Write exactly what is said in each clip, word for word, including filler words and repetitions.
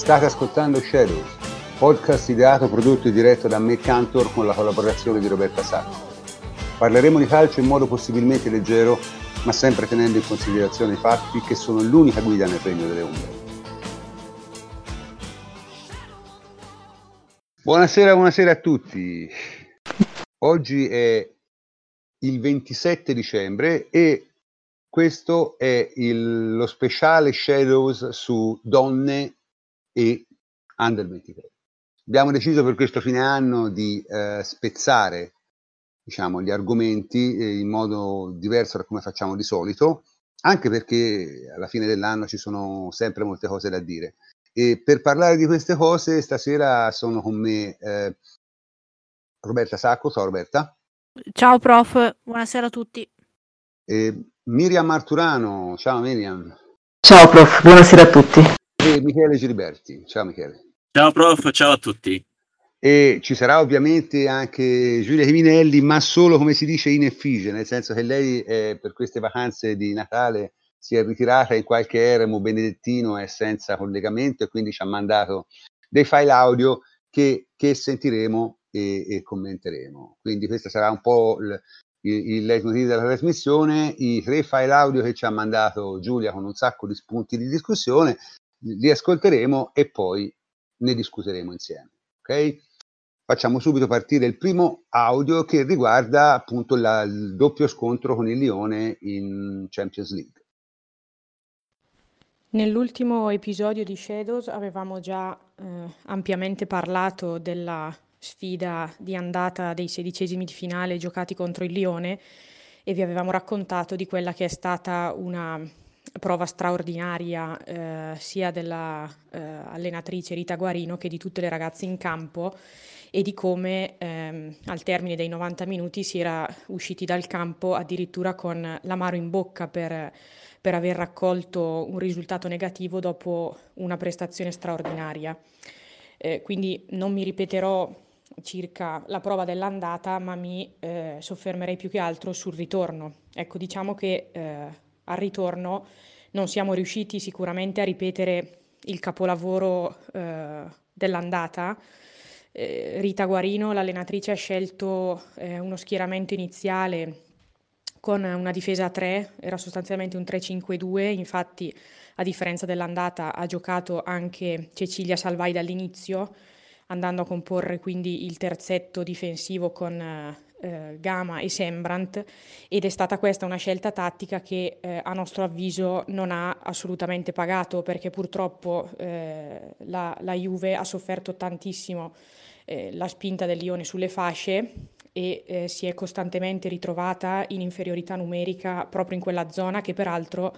State ascoltando Shadows, podcast ideato, prodotto e diretto da me Cantor con la collaborazione di Roberta Sacco. Parleremo di calcio in modo possibilmente leggero, ma sempre tenendo in considerazione i fatti che sono l'unica guida nel regno delle ombre. Buonasera, buonasera a tutti. Oggi è il ventisette dicembre e questo è il, lo speciale Shadows su donne e Under ventitré. Abbiamo deciso per questo fine anno di eh, spezzare, diciamo, gli argomenti eh, in modo diverso da come facciamo di solito, anche perché alla fine dell'anno ci sono sempre molte cose da dire. E per parlare di queste cose stasera sono con me eh, Roberta Sacco. Ciao Roberta. Ciao prof, buonasera a tutti. E Miriam Arturano. Ciao Miriam. Ciao prof, buonasera a tutti. E Michele Giliberti. Ciao Michele. Ciao prof, ciao a tutti. E ci sarà ovviamente anche Giulia Chivinelli, ma solo, come si dice, in effigie, nel senso che lei eh, per queste vacanze di Natale si è ritirata in qualche eremo benedettino e senza collegamento, e quindi ci ha mandato dei file audio che, che sentiremo e, e commenteremo. Quindi questo sarà un po' il, il, il leitmotiv della trasmissione, i tre file audio che ci ha mandato Giulia con un sacco di spunti di discussione, li ascolteremo e poi ne discuteremo insieme. Ok? Facciamo subito partire il primo audio che riguarda appunto la, il doppio scontro con il Lione in Champions League. Nell'ultimo episodio di Shadows avevamo già eh, ampiamente parlato della sfida di andata dei sedicesimi di finale giocati contro il Lione e vi avevamo raccontato di quella che è stata una prova straordinaria eh, sia della eh, allenatrice Rita Guarino che di tutte le ragazze in campo, e di come ehm, al termine dei novanta minuti si era usciti dal campo addirittura con l'amaro in bocca per, per aver raccolto un risultato negativo dopo una prestazione straordinaria. Eh, quindi non mi ripeterò circa la prova dell'andata, ma mi eh, soffermerei più che altro sul ritorno. Ecco, diciamo che eh, al ritorno non siamo riusciti sicuramente a ripetere il capolavoro eh, dell'andata. Eh, Rita Guarino, l'allenatrice, ha scelto eh, uno schieramento iniziale con una difesa a tre, era sostanzialmente un tre cinque due, infatti a differenza dell'andata ha giocato anche Cecilia Salvai dall'inizio, andando a comporre quindi il terzetto difensivo con eh, Gama e Sembrant, ed è stata questa una scelta tattica che eh, a nostro avviso non ha assolutamente pagato, perché purtroppo eh, la, la Juve ha sofferto tantissimo eh, la spinta del Lione sulle fasce e eh, si è costantemente ritrovata in inferiorità numerica proprio in quella zona, che peraltro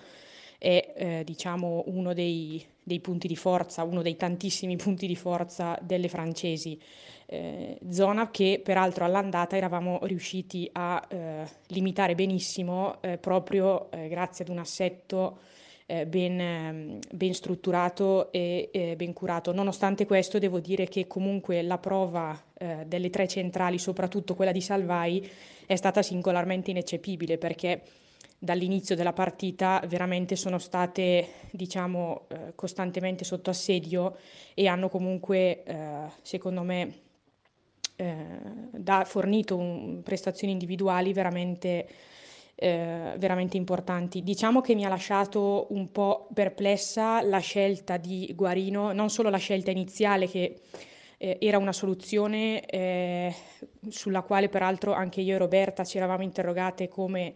è eh, diciamo uno dei, dei punti di forza, uno dei tantissimi punti di forza delle francesi, eh, zona che peraltro all'andata eravamo riusciti a eh, limitare benissimo eh, proprio eh, grazie ad un assetto eh, ben, ehm, ben strutturato e eh, ben curato. Nonostante questo devo dire che comunque la prova eh, delle tre centrali, soprattutto quella di Salvai, è stata singolarmente ineccepibile, perché dall'inizio della partita veramente sono state, diciamo, eh, costantemente sotto assedio e hanno comunque, eh, secondo me, eh, da, fornito un, prestazioni individuali veramente, eh, veramente importanti. Diciamo che mi ha lasciato un po' perplessa la scelta di Guarino, non solo la scelta iniziale che eh, era una soluzione eh, sulla quale peraltro anche io e Roberta ci eravamo interrogate come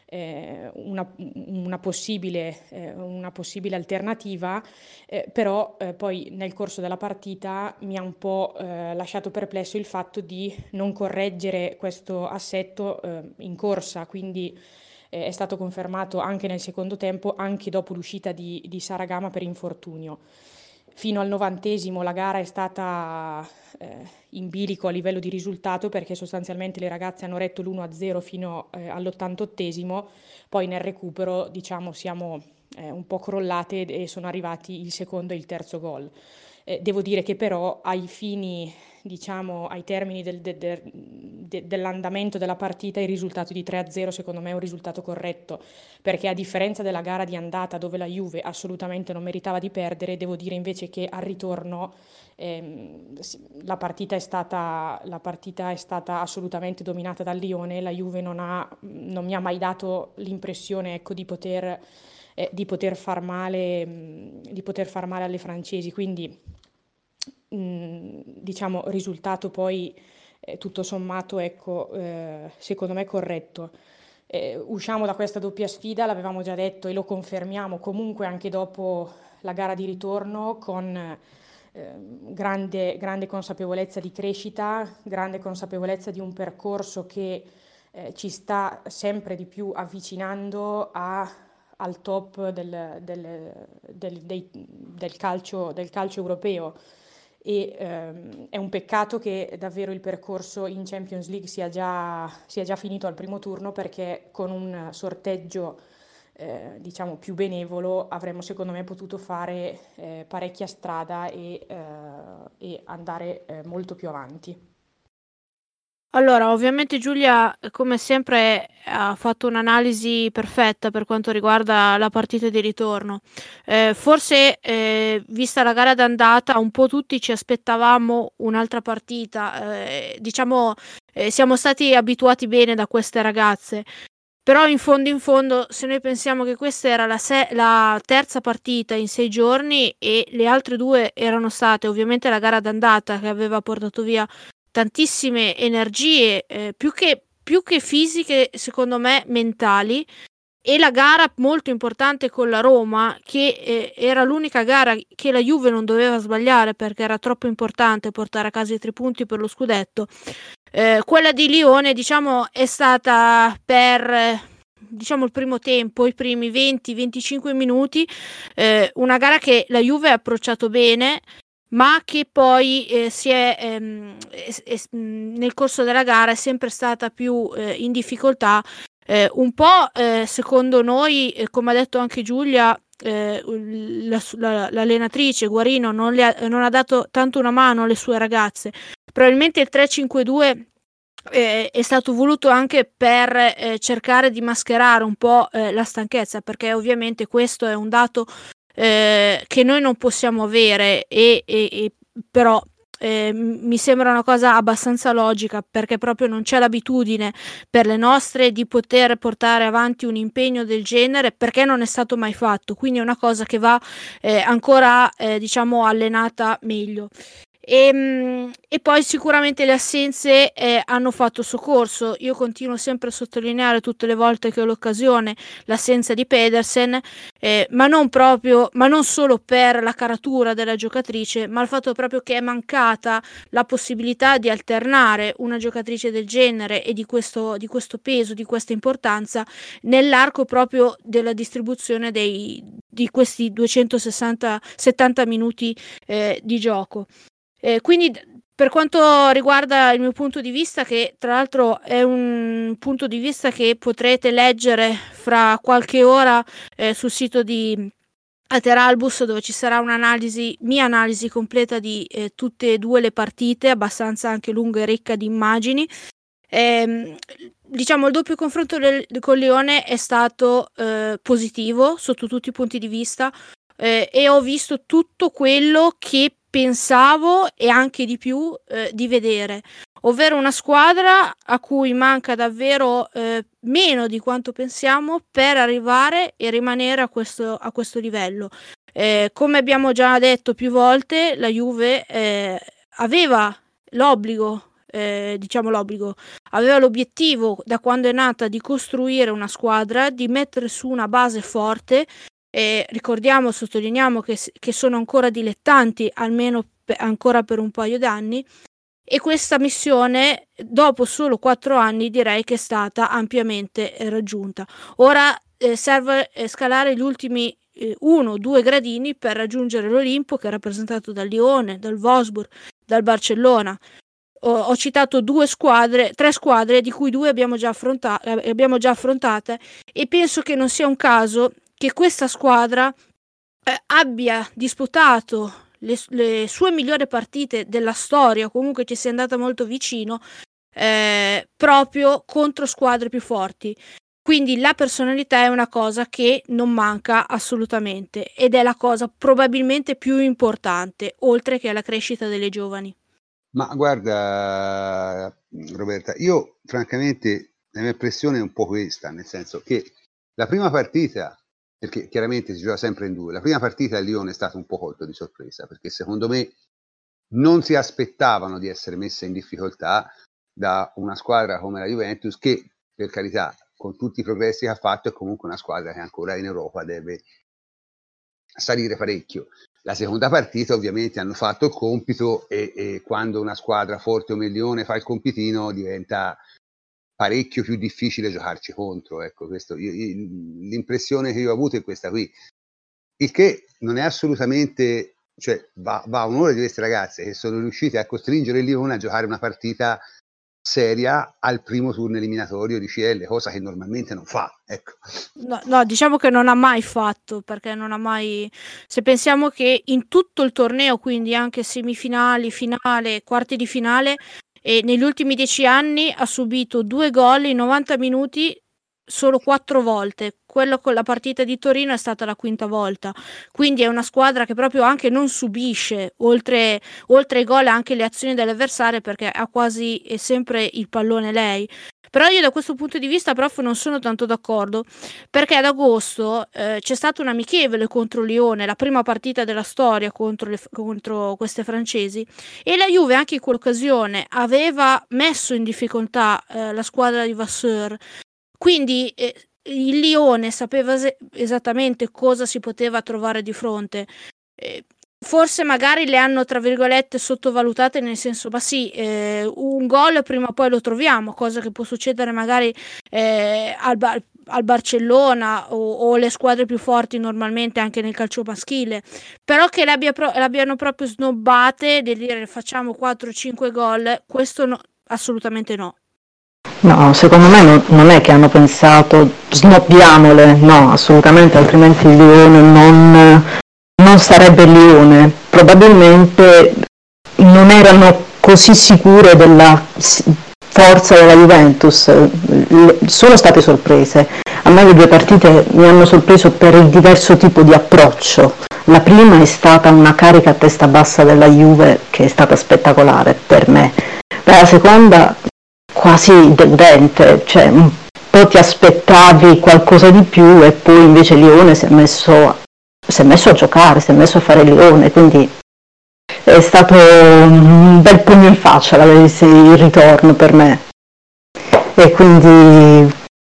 eh, una, una, possibile, eh, una possibile alternativa, eh, però eh, poi nel corso della partita mi ha un po' eh, lasciato perplesso il fatto di non correggere questo assetto eh, in corsa, quindi eh, è stato confermato anche nel secondo tempo, anche dopo l'uscita di, di Sara Gama per infortunio. Fino al novantesimo la gara è stata eh, in bilico a livello di risultato, perché sostanzialmente le ragazze hanno retto l'uno a zero fino eh, all'ottantottesimo, poi nel recupero diciamo siamo eh, un po' crollate e sono arrivati il secondo e il terzo gol. Eh, devo dire che però ai fini diciamo, ai termini del, de, de, de, dell'andamento della partita, il risultato di tre a zero secondo me è un risultato corretto, perché a differenza della gara di andata dove la Juve assolutamente non meritava di perdere, devo dire invece che al ritorno ehm, la, partita è stata, la partita è stata assolutamente dominata dal Lione. La Juve non, ha, non mi ha mai dato l'impressione, ecco, di poter, eh, di poter far male, mh, di poter far male alle francesi, quindi mh, diciamo risultato poi eh, tutto sommato, ecco, eh, secondo me corretto. Eh, usciamo da questa doppia sfida, l'avevamo già detto e lo confermiamo comunque anche dopo la gara di ritorno, con eh, grande, grande consapevolezza di crescita, grande consapevolezza di un percorso che eh, ci sta sempre di più avvicinando a, al top del, del, del, dei, del, calcio, del calcio europeo. E ehm, è un peccato che davvero il percorso in Champions League sia già, sia già finito al primo turno, perché con un sorteggio eh, diciamo più benevolo avremmo secondo me potuto fare eh, parecchia strada e, eh, e andare eh, molto più avanti. Allora, ovviamente Giulia, come sempre, ha fatto un'analisi perfetta per quanto riguarda la partita di ritorno. Eh, forse, eh, vista la gara d'andata, un po' tutti ci aspettavamo un'altra partita. Eh, diciamo, eh, siamo stati abituati bene da queste ragazze. Però in fondo in fondo, se noi pensiamo che questa era la, se- la terza partita in sei giorni e le altre due erano state ovviamente la gara d'andata che aveva portato via tantissime energie, eh, più che, più che fisiche, secondo me mentali, e la gara molto importante con la Roma, che eh, era l'unica gara che la Juve non doveva sbagliare perché era troppo importante portare a casa i tre punti per lo scudetto. Eh, quella di Lione, diciamo, è stata per eh, diciamo il primo tempo, i primi venti venticinque minuti, eh, una gara che la Juve ha approcciato bene, ma che poi eh, si è, ehm, es- es- nel corso della gara è sempre stata più eh, in difficoltà, eh, un po' eh, secondo noi, eh, come ha detto anche Giulia, eh, la- la- l'allenatrice Guarino non, le ha, non ha dato tanto una mano alle sue ragazze. Probabilmente il tre cinque due eh, è stato voluto anche per eh, cercare di mascherare un po' eh, la stanchezza, perché ovviamente questo è un dato eh, che noi non possiamo avere, e, e, e però eh, mi sembra una cosa abbastanza logica, perché proprio non c'è l'abitudine per le nostre di poter portare avanti un impegno del genere, perché non è stato mai fatto, quindi è una cosa che va eh, ancora eh, diciamo allenata meglio. E, e poi sicuramente le assenze eh, hanno fatto soccorso. Io continuo sempre a sottolineare tutte le volte che ho l'occasione l'assenza di Pedersen, eh, ma non proprio, ma non solo per la caratura della giocatrice, ma il fatto proprio che è mancata la possibilità di alternare una giocatrice del genere e di questo, di questo peso, di questa importanza nell'arco proprio della distribuzione dei, di questi duecentosessanta settanta minuti eh, di gioco. Eh, quindi per quanto riguarda il mio punto di vista, che tra l'altro è un punto di vista che potrete leggere fra qualche ora eh, sul sito di Ateralbus, dove ci sarà un'analisi, mia analisi completa di eh, tutte e due le partite, abbastanza anche lunga e ricca di immagini. Eh, diciamo il doppio confronto del, con Lione è stato eh, positivo sotto tutti i punti di vista, eh, e ho visto tutto quello che pensavo e anche di più eh, di vedere, ovvero una squadra a cui manca davvero eh, meno di quanto pensiamo per arrivare e rimanere a questo, a questo livello. Eh, come abbiamo già detto più volte, la Juve eh, aveva l'obbligo Eh, diciamo l'obbligo, aveva l'obiettivo da quando è nata di costruire una squadra, di mettere su una base forte. Eh, ricordiamo, sottolineiamo che, che sono ancora dilettanti, almeno pe- ancora per un paio d'anni, e questa missione dopo solo quattro anni direi che è stata ampiamente eh, raggiunta. Ora eh, serve eh, scalare gli ultimi eh, uno o due gradini per raggiungere l'Olimpo, che è rappresentato dal Lione, dal Wolfsburg, dal Barcellona. Ho, ho citato due squadre, tre squadre di cui due abbiamo già, affronta- abbiamo già affrontate, e penso che non sia un caso che questa squadra eh, abbia disputato le, le sue migliori partite della storia, comunque ci sia andata molto vicino, eh, proprio contro squadre più forti. Quindi la personalità è una cosa che non manca assolutamente ed è la cosa probabilmente più importante, oltre che alla crescita delle giovani. Ma guarda, Roberta, io francamente la mia impressione è un po' questa, nel senso che la prima partita, perché chiaramente si gioca sempre in due, la prima partita il Lione è stato un po' colto di sorpresa, perché secondo me non si aspettavano di essere messe in difficoltà da una squadra come la Juventus, che per carità, con tutti i progressi che ha fatto, è comunque una squadra che ancora in Europa deve salire parecchio. La seconda partita ovviamente hanno fatto il compito e, e quando una squadra forte come il Lione fa il compitino diventa parecchio più difficile giocarci contro. Ecco, questo, io, io, l'impressione che io ho avuto è questa qui, il che non è assolutamente, cioè va, va a onore di queste ragazze che sono riuscite a costringere il Lione a giocare una partita seria al primo turno eliminatorio di C L, cosa che normalmente non fa, ecco. No, no, diciamo che non ha mai fatto, perché non ha mai, se pensiamo che in tutto il torneo, quindi anche semifinali, finale, quarti di finale, e negli ultimi dieci anni ha subito due gol in novanta minuti solo quattro volte. Quello con la partita di Torino è stata la quinta volta, quindi è una squadra che proprio anche non subisce, oltre, oltre ai gol anche le azioni dell'avversario, perché ha quasi è sempre il pallone lei. Però io da questo punto di vista, prof, non sono tanto d'accordo, perché ad agosto eh, c'è stato un amichevole contro Lione, la prima partita della storia contro, le, contro queste francesi, e la Juve anche in quell'occasione aveva messo in difficoltà eh, la squadra di Vasseur. Quindi eh, il Lione sapeva es- esattamente cosa si poteva trovare di fronte. Eh, forse magari le hanno tra virgolette sottovalutate, nel senso, ma sì, eh, un gol prima o poi lo troviamo, cosa che può succedere magari eh, al, Bar- al Barcellona o, o le squadre più forti normalmente anche nel calcio maschile, però che l'abbia pro- l'abbiano proprio snobbate di dire facciamo quattro cinque gol, questo no, assolutamente no. No, secondo me non, non è che hanno pensato snobbiamole, no, assolutamente, altrimenti il Lione non, non sarebbe il Lione. Probabilmente non erano così sicure della forza della Juventus, sono state sorprese. A me le due partite mi hanno sorpreso per il diverso tipo di approccio. La prima è stata una carica a testa bassa della Juve che è stata spettacolare per me. La seconda quasi deludente, cioè un po' ti aspettavi qualcosa di più e poi invece Lione si è messo, si è messo a giocare, si è messo a fare Lione, quindi è stato un bel pugno in faccia il ritorno per me. E quindi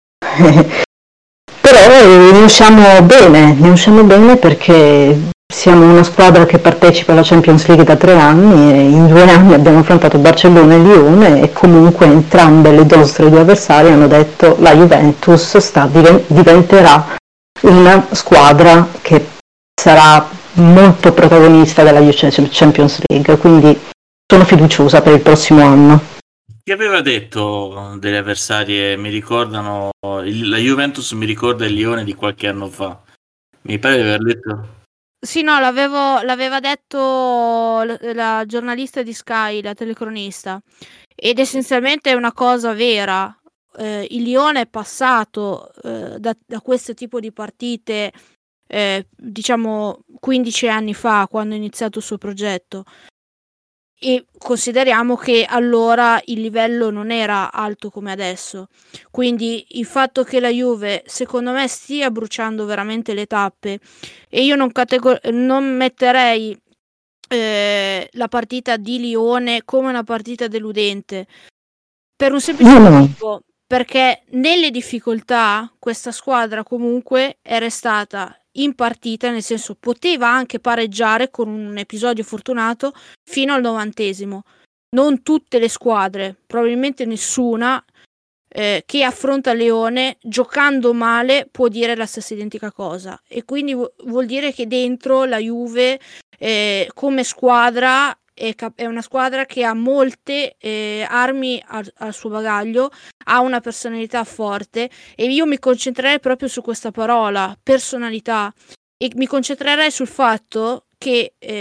però ne usciamo bene, ne usciamo bene perché siamo una squadra che partecipa alla Champions League da tre anni e in due anni abbiamo affrontato Barcellona e Lione e comunque entrambe le nostre due avversarie hanno detto la Juventus sta, diventerà una squadra che sarà molto protagonista della Champions League, quindi sono fiduciosa per il prossimo anno. Chi aveva detto delle avversarie mi ricordano il, la Juventus mi ricorda il Lione di qualche anno fa, mi pare di aver detto. Sì, no, l'avevo, l'aveva detto la, la giornalista di Sky, la telecronista, ed essenzialmente è una cosa vera. Eh, il Lione è passato eh, da, da questo tipo di partite, eh, diciamo, quindici anni fa, quando ha iniziato il suo progetto. E consideriamo che allora il livello non era alto come adesso, quindi il fatto che la Juve secondo me stia bruciando veramente le tappe, e io non, categor- non metterei eh, la partita di Lione come una partita deludente per un semplice motivo, perché nelle difficoltà questa squadra comunque è restata in partita, nel senso poteva anche pareggiare con un episodio fortunato fino al novantesimo. Non tutte le squadre, probabilmente nessuna, eh, che affronta Lione giocando male può dire la stessa identica cosa, e quindi vuol dire che dentro la Juve eh, come squadra è, cap- è una squadra che ha molte eh, armi al, al suo bagaglio, ha una personalità forte, e io mi concentrerei proprio su questa parola, personalità, e mi concentrerei sul fatto che eh,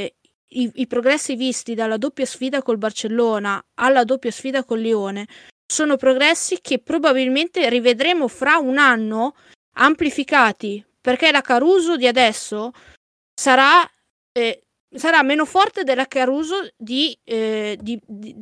i, i progressi visti dalla doppia sfida col Barcellona alla doppia sfida col Lione sono progressi che probabilmente rivedremo fra un anno amplificati, perché la Caruso di adesso sarà, eh, sarà meno forte della Caruso di, eh, di, di,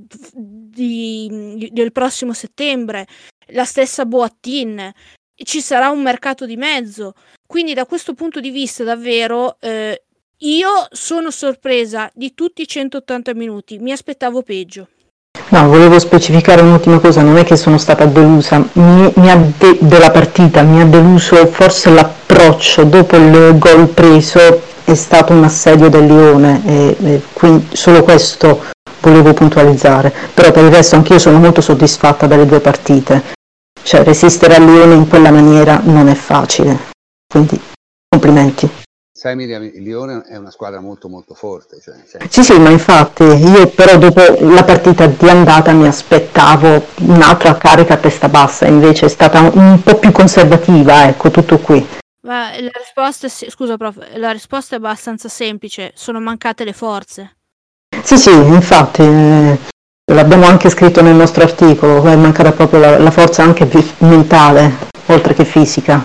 di, del prossimo settembre, la stessa Boattin, ci sarà un mercato di mezzo, quindi da questo punto di vista davvero eh, io sono sorpresa di tutti i centottanta minuti, mi aspettavo peggio. No, volevo specificare un'ultima cosa, non è che sono stata delusa, mi, mi ha de- della partita, mi ha deluso forse l'approccio dopo il gol preso, è stato un assedio del Lione e, e quindi solo questo volevo puntualizzare, però per il resto anch'io sono molto soddisfatta dalle due partite, cioè resistere al Lione in quella maniera non è facile, quindi complimenti. Sai Miriam, il Lione è una squadra molto molto forte. Cioè, sì, sì, ma infatti io però dopo la partita di andata mi aspettavo un'altra carica a testa bassa, invece è stata un po' più conservativa, ecco, tutto qui. Ma la risposta è, scusa prof, la risposta è abbastanza semplice, sono mancate le forze. Sì, sì, infatti, eh, l'abbiamo anche scritto nel nostro articolo, è mancata proprio la, la forza anche mentale, oltre che fisica.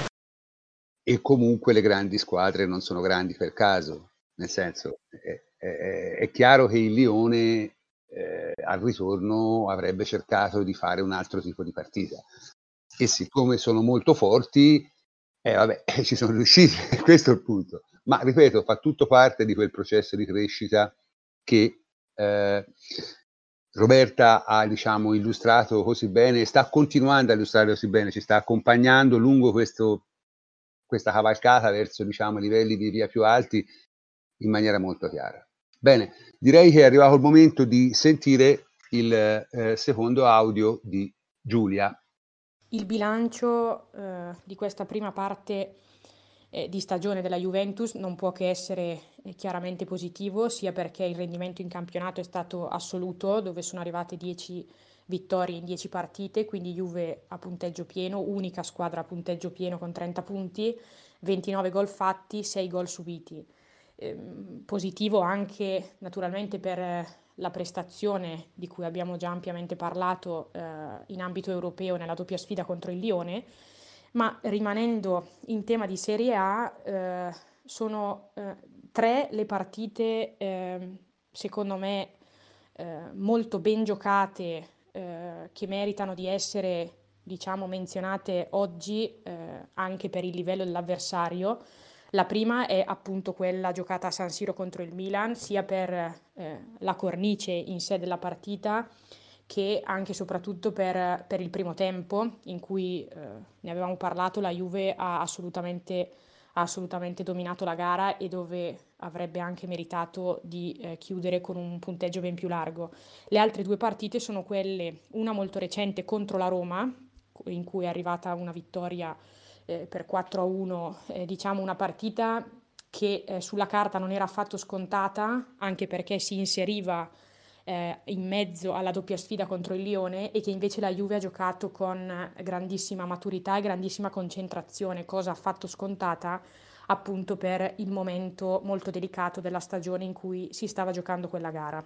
E comunque le grandi squadre non sono grandi per caso, nel senso è, è, è chiaro che il Lione eh, al ritorno avrebbe cercato di fare un altro tipo di partita e siccome sono molto forti eh, vabbè, ci sono riusciti, questo è il punto, ma ripeto, fa tutto parte di quel processo di crescita che eh, Roberta ha diciamo illustrato così bene, sta continuando a illustrare così bene, ci sta accompagnando lungo questo questa cavalcata verso diciamo livelli di via più alti in maniera molto chiara. Bene, direi che è arrivato il momento di sentire il eh, secondo audio di Giulia. Il bilancio eh, di questa prima parte eh, di stagione della Juventus non può che essere eh, chiaramente positivo, sia perché il rendimento in campionato è stato assoluto, dove sono arrivate dieci vittorie in dieci partite, quindi Juve a punteggio pieno, unica squadra a punteggio pieno con trenta punti, ventinove gol fatti, sei gol subiti. Eh, positivo anche naturalmente per eh, la prestazione di cui abbiamo già ampiamente parlato eh, in ambito europeo nella doppia sfida contro il Lione, ma rimanendo in tema di Serie A eh, sono eh, tre le partite eh, secondo me eh, molto ben giocate eh, che meritano di essere diciamo menzionate oggi eh, anche per il livello dell'avversario. La prima è appunto quella giocata a San Siro contro il Milan, sia per eh, la cornice in sé della partita che anche e soprattutto per, per il primo tempo, in cui eh, ne avevamo parlato, la Juve ha assolutamente, ha assolutamente dominato la gara e dove avrebbe anche meritato di eh, chiudere con un punteggio ben più largo. Le altre due partite sono quelle, una molto recente contro la Roma, in cui è arrivata una vittoria eh, per quattro a uno, eh, diciamo una partita che eh, sulla carta non era affatto scontata, anche perché si inseriva eh, in mezzo alla doppia sfida contro il Lione e che invece la Juve ha giocato con grandissima maturità e grandissima concentrazione, cosa affatto scontata appunto per il momento molto delicato della stagione in cui si stava giocando quella gara.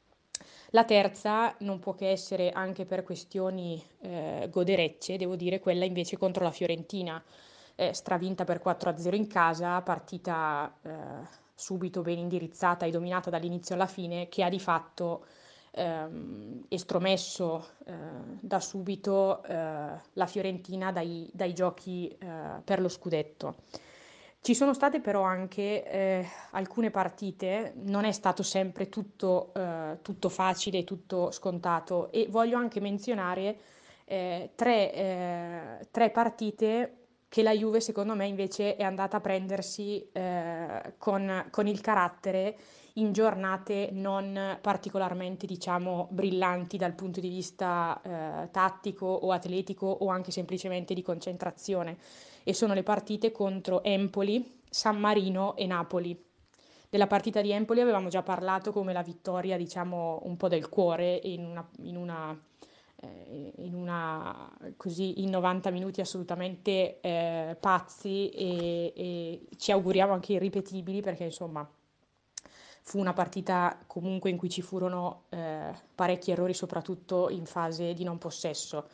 La terza non può che essere, anche per questioni eh, goderecce, devo dire, quella invece contro la Fiorentina, eh, stravinta per quattro a zero in casa, partita eh, subito ben indirizzata e dominata dall'inizio alla fine, che ha di fatto ehm, estromesso eh, da subito eh, la Fiorentina dai, dai giochi eh, per lo scudetto. Ci sono state però anche eh, alcune partite, non è stato sempre tutto, eh, tutto facile, tutto scontato e voglio anche menzionare eh, tre, eh, tre partite che la Juve secondo me invece è andata a prendersi eh, con, con il carattere in giornate non particolarmente diciamo brillanti dal punto di vista eh, tattico o atletico o anche semplicemente di concentrazione e sono le partite contro Empoli, San Marino e Napoli. Della partita di Empoli avevamo già parlato come la vittoria, diciamo, un po' del cuore in una, in una, eh, in una così in novanta minuti assolutamente eh, pazzi e, e ci auguriamo anche irripetibili perché insomma fu una partita comunque in cui ci furono eh, parecchi errori, soprattutto in fase di non possesso.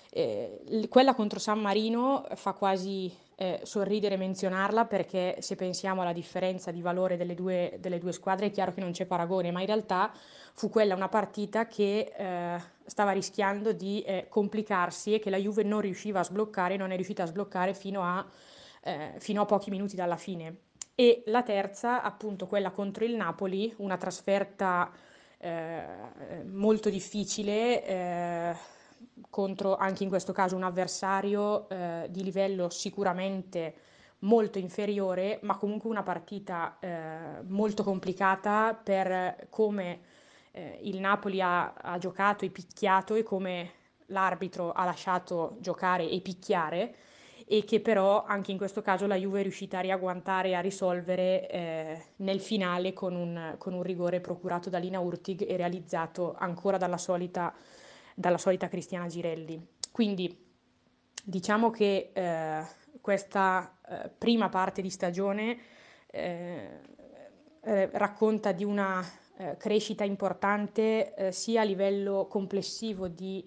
Eh, l- quella contro San Marino fa quasi eh, sorridere menzionarla, perché se pensiamo alla differenza di valore delle due, delle due squadre è chiaro che non c'è paragone, ma in realtà fu quella una partita che eh, stava rischiando di eh, complicarsi e che la Juve non riusciva a sbloccare, non è riuscita a sbloccare fino a, eh, fino a pochi minuti dalla fine. E la terza, appunto, quella contro il Napoli, una trasferta eh, molto difficile, eh, contro anche in questo caso un avversario eh, di livello sicuramente molto inferiore, ma comunque una partita eh, molto complicata per come eh, il Napoli ha, ha giocato e picchiato e come l'arbitro ha lasciato giocare e picchiare, e che però anche in questo caso la Juve è riuscita a riagguantare e a risolvere eh, nel finale con un, con un rigore procurato da Lina Hurtig e realizzato ancora dalla solita, dalla solita Cristiana Girelli. Quindi diciamo che eh, questa eh, prima parte di stagione eh, eh, racconta di una eh, crescita importante eh, sia a livello complessivo di,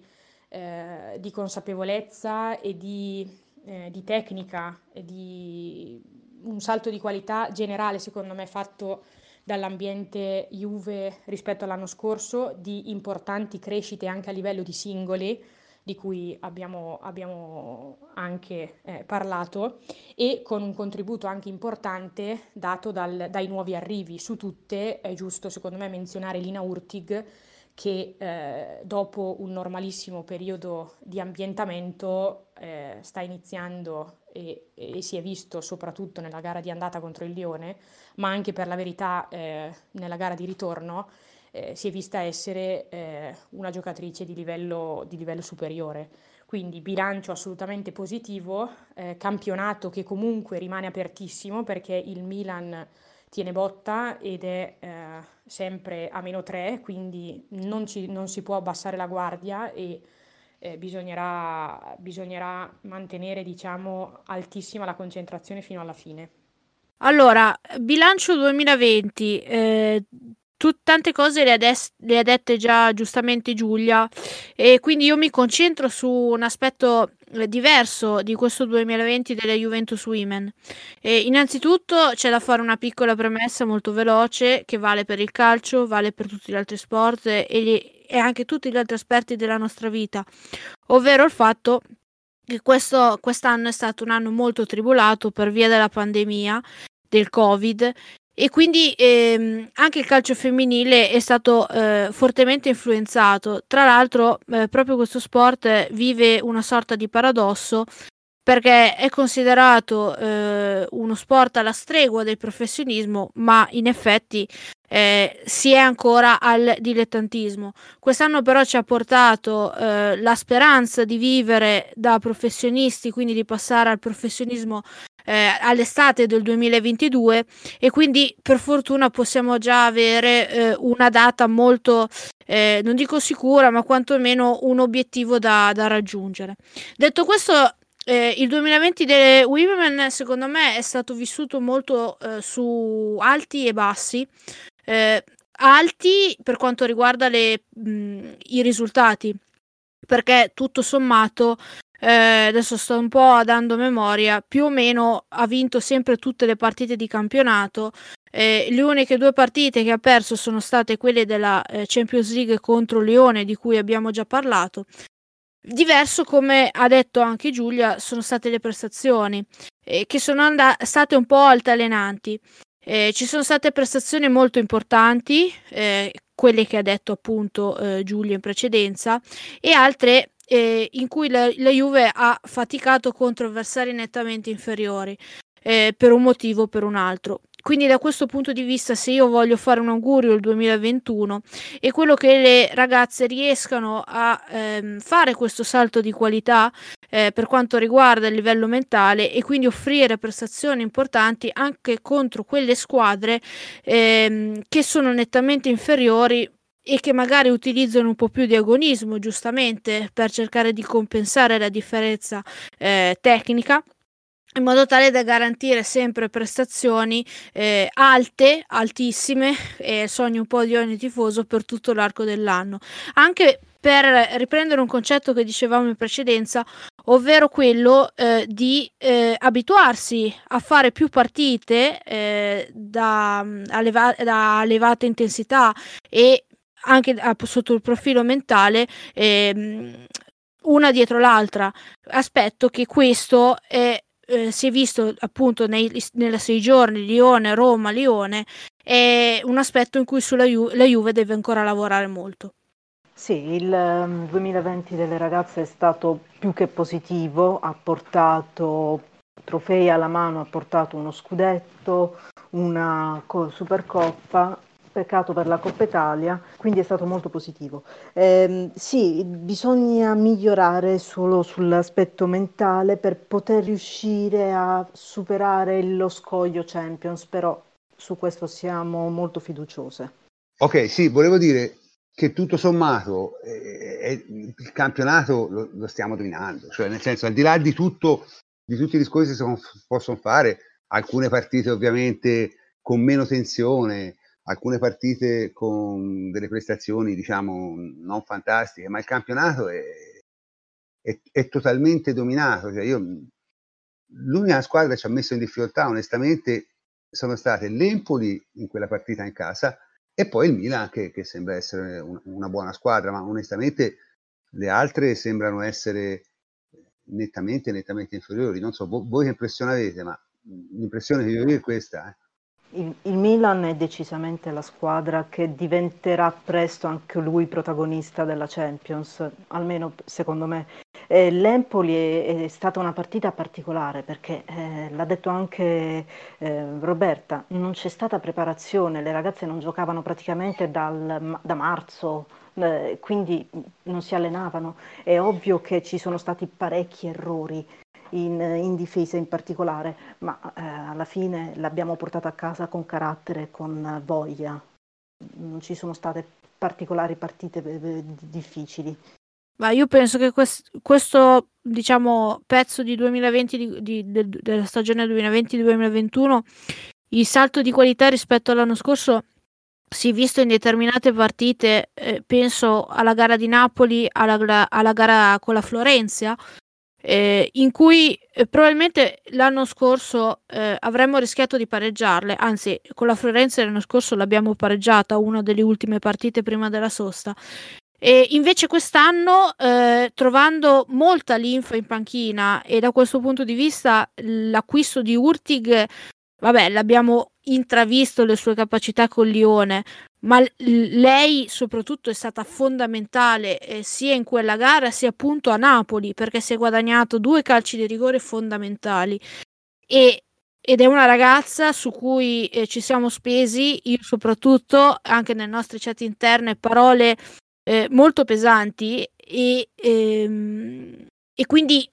eh, di consapevolezza e di, eh, di tecnica e di un salto di qualità generale, secondo me, fatto dall'ambiente Juve rispetto all'anno scorso, di importanti crescite anche a livello di singoli, di cui abbiamo, abbiamo anche eh, parlato, e con un contributo anche importante dato dal, dai nuovi arrivi. Su tutte è giusto secondo me menzionare Lina Hurtig, che eh, dopo un normalissimo periodo di ambientamento eh, sta iniziando e, e si è visto soprattutto nella gara di andata contro il Lione, ma anche per la verità eh, nella gara di ritorno eh, si è vista essere eh, una giocatrice di livello, di livello superiore. Quindi bilancio assolutamente positivo, eh, campionato che comunque rimane apertissimo perché il Milan tiene botta ed è eh, sempre a meno tre, quindi non, ci, non si può abbassare la guardia e eh, bisognerà, bisognerà mantenere, diciamo, altissima la concentrazione fino alla fine. Allora, bilancio duemilaventi, eh, tu, tante cose le ha, des- le ha dette già giustamente Giulia, e quindi io mi concentro su un aspetto eh, diverso di questo duemilaventi della Juventus Women. E innanzitutto c'è da fare una piccola premessa molto veloce che vale per il calcio, vale per tutti gli altri sport e, gli- e anche tutti gli altri aspetti della nostra vita, ovvero il fatto che questo, quest'anno è stato un anno molto tribolato per via della pandemia, del Covid, e quindi ehm, anche il calcio femminile è stato eh, fortemente influenzato. Tra l'altro eh, proprio questo sport vive una sorta di paradosso, perché è considerato eh, uno sport alla stregua del professionismo, ma in effetti eh, si è ancora al dilettantismo. Quest'anno però ci ha portato eh, la speranza di vivere da professionisti, quindi di passare al professionismo eh, all'estate del duemilaventidue, e quindi per fortuna possiamo già avere eh, una data molto, eh, non dico sicura, ma quantomeno un obiettivo da, da raggiungere. Detto questo, eh, il duemilaventi delle Women secondo me è stato vissuto molto eh, su alti e bassi. Eh, alti per quanto riguarda le, mh, i risultati, perché tutto sommato eh, adesso sto un po' dando memoria, più o meno ha vinto sempre tutte le partite di campionato. Eh, le uniche due partite che ha perso sono state quelle della eh, Champions League contro Lione, di cui abbiamo già parlato. Diverso, come ha detto anche Giulia, sono state le prestazioni eh, che sono and- state un po' altalenanti. Eh, ci sono state prestazioni molto importanti, eh, quelle che ha detto appunto eh, Giulia in precedenza, e altre eh, in cui la, la Juve ha faticato contro avversari nettamente inferiori, eh, per un motivo o per un altro. Quindi da questo punto di vista, se io voglio fare un augurio al duemilaventuno, è quello che le ragazze riescano a ehm, fare questo salto di qualità eh, per quanto riguarda il livello mentale, e quindi offrire prestazioni importanti anche contro quelle squadre ehm, che sono nettamente inferiori e che magari utilizzano un po' più di agonismo, giustamente, per cercare di compensare la differenza eh, tecnica. in modo tale da garantire sempre prestazioni eh, alte, altissime, e sogno un po' di ogni tifoso per tutto l'arco dell'anno. Anche per riprendere un concetto che dicevamo in precedenza, ovvero quello eh, di eh, abituarsi a fare più partite eh, da, a leva- da elevata intensità e anche a, sotto il profilo mentale, ehm, una dietro l'altra. Aspetto che questo è Eh, si è visto appunto nei, nella sei giorni Lione, Roma, Lione, è un aspetto in cui sulla Ju- la Juve deve ancora lavorare molto. Sì, il um, duemilaventi delle ragazze è stato più che positivo, ha portato trofei alla mano, ha portato uno scudetto, una co- Supercoppa, peccato per la Coppa Italia, quindi è stato molto positivo. Ehm, sì, bisogna migliorare solo sull'aspetto mentale per poter riuscire a superare lo scoglio Champions, però su questo siamo molto fiduciose. Ok, sì, volevo dire che tutto sommato eh, eh, il campionato lo, lo stiamo dominando, cioè nel senso, al di là di tutto, di tutti i discorsi che si possono fare, alcune partite ovviamente con meno tensione, alcune partite con delle prestazioni diciamo non fantastiche, ma il campionato è, è, è totalmente dominato. Cioè io, l'unica squadra che ci ha messo in difficoltà onestamente sono state l'Empoli in quella partita in casa e poi il Milan che, che sembra essere un, una buona squadra, ma onestamente le altre sembrano essere nettamente nettamente inferiori. Non so, vo- voi che impressione avete, ma l'impressione che io ho è questa. Eh. Il, il Milan è decisamente la squadra che diventerà presto anche lui protagonista della Champions, almeno secondo me. Eh, L'Empoli è, è stata una partita particolare perché, eh, l'ha detto anche eh, Roberta, non c'è stata preparazione, le ragazze non giocavano praticamente dal, da marzo, eh, quindi non si allenavano. È ovvio che ci sono stati parecchi errori. In, in difesa in particolare, ma eh, alla fine l'abbiamo portata a casa con carattere e con voglia. Non ci sono state particolari partite eh, difficili. Ma io penso che quest- questo diciamo pezzo di duemilaventi di, di, del- della stagione duemilaventi duemilaventuno, il salto di qualità rispetto all'anno scorso si è visto in determinate partite, eh, penso alla gara di Napoli, alla, alla gara con la Florenza, eh, in cui eh, probabilmente l'anno scorso eh, avremmo rischiato di pareggiarle, anzi con la Florenza l'anno scorso l'abbiamo pareggiata, una delle ultime partite prima della sosta. E invece quest'anno, eh, trovando molta linfa in panchina e da questo punto di vista l'acquisto di Hurtig, vabbè, l'abbiamo intravisto le sue capacità con Lione, ma l- lei soprattutto è stata fondamentale eh, sia in quella gara sia appunto a Napoli, perché si è guadagnato due calci di rigore fondamentali e, ed è una ragazza su cui eh, ci siamo spesi, io soprattutto, anche nelle nostre chat interne, parole eh, molto pesanti e, ehm, e quindi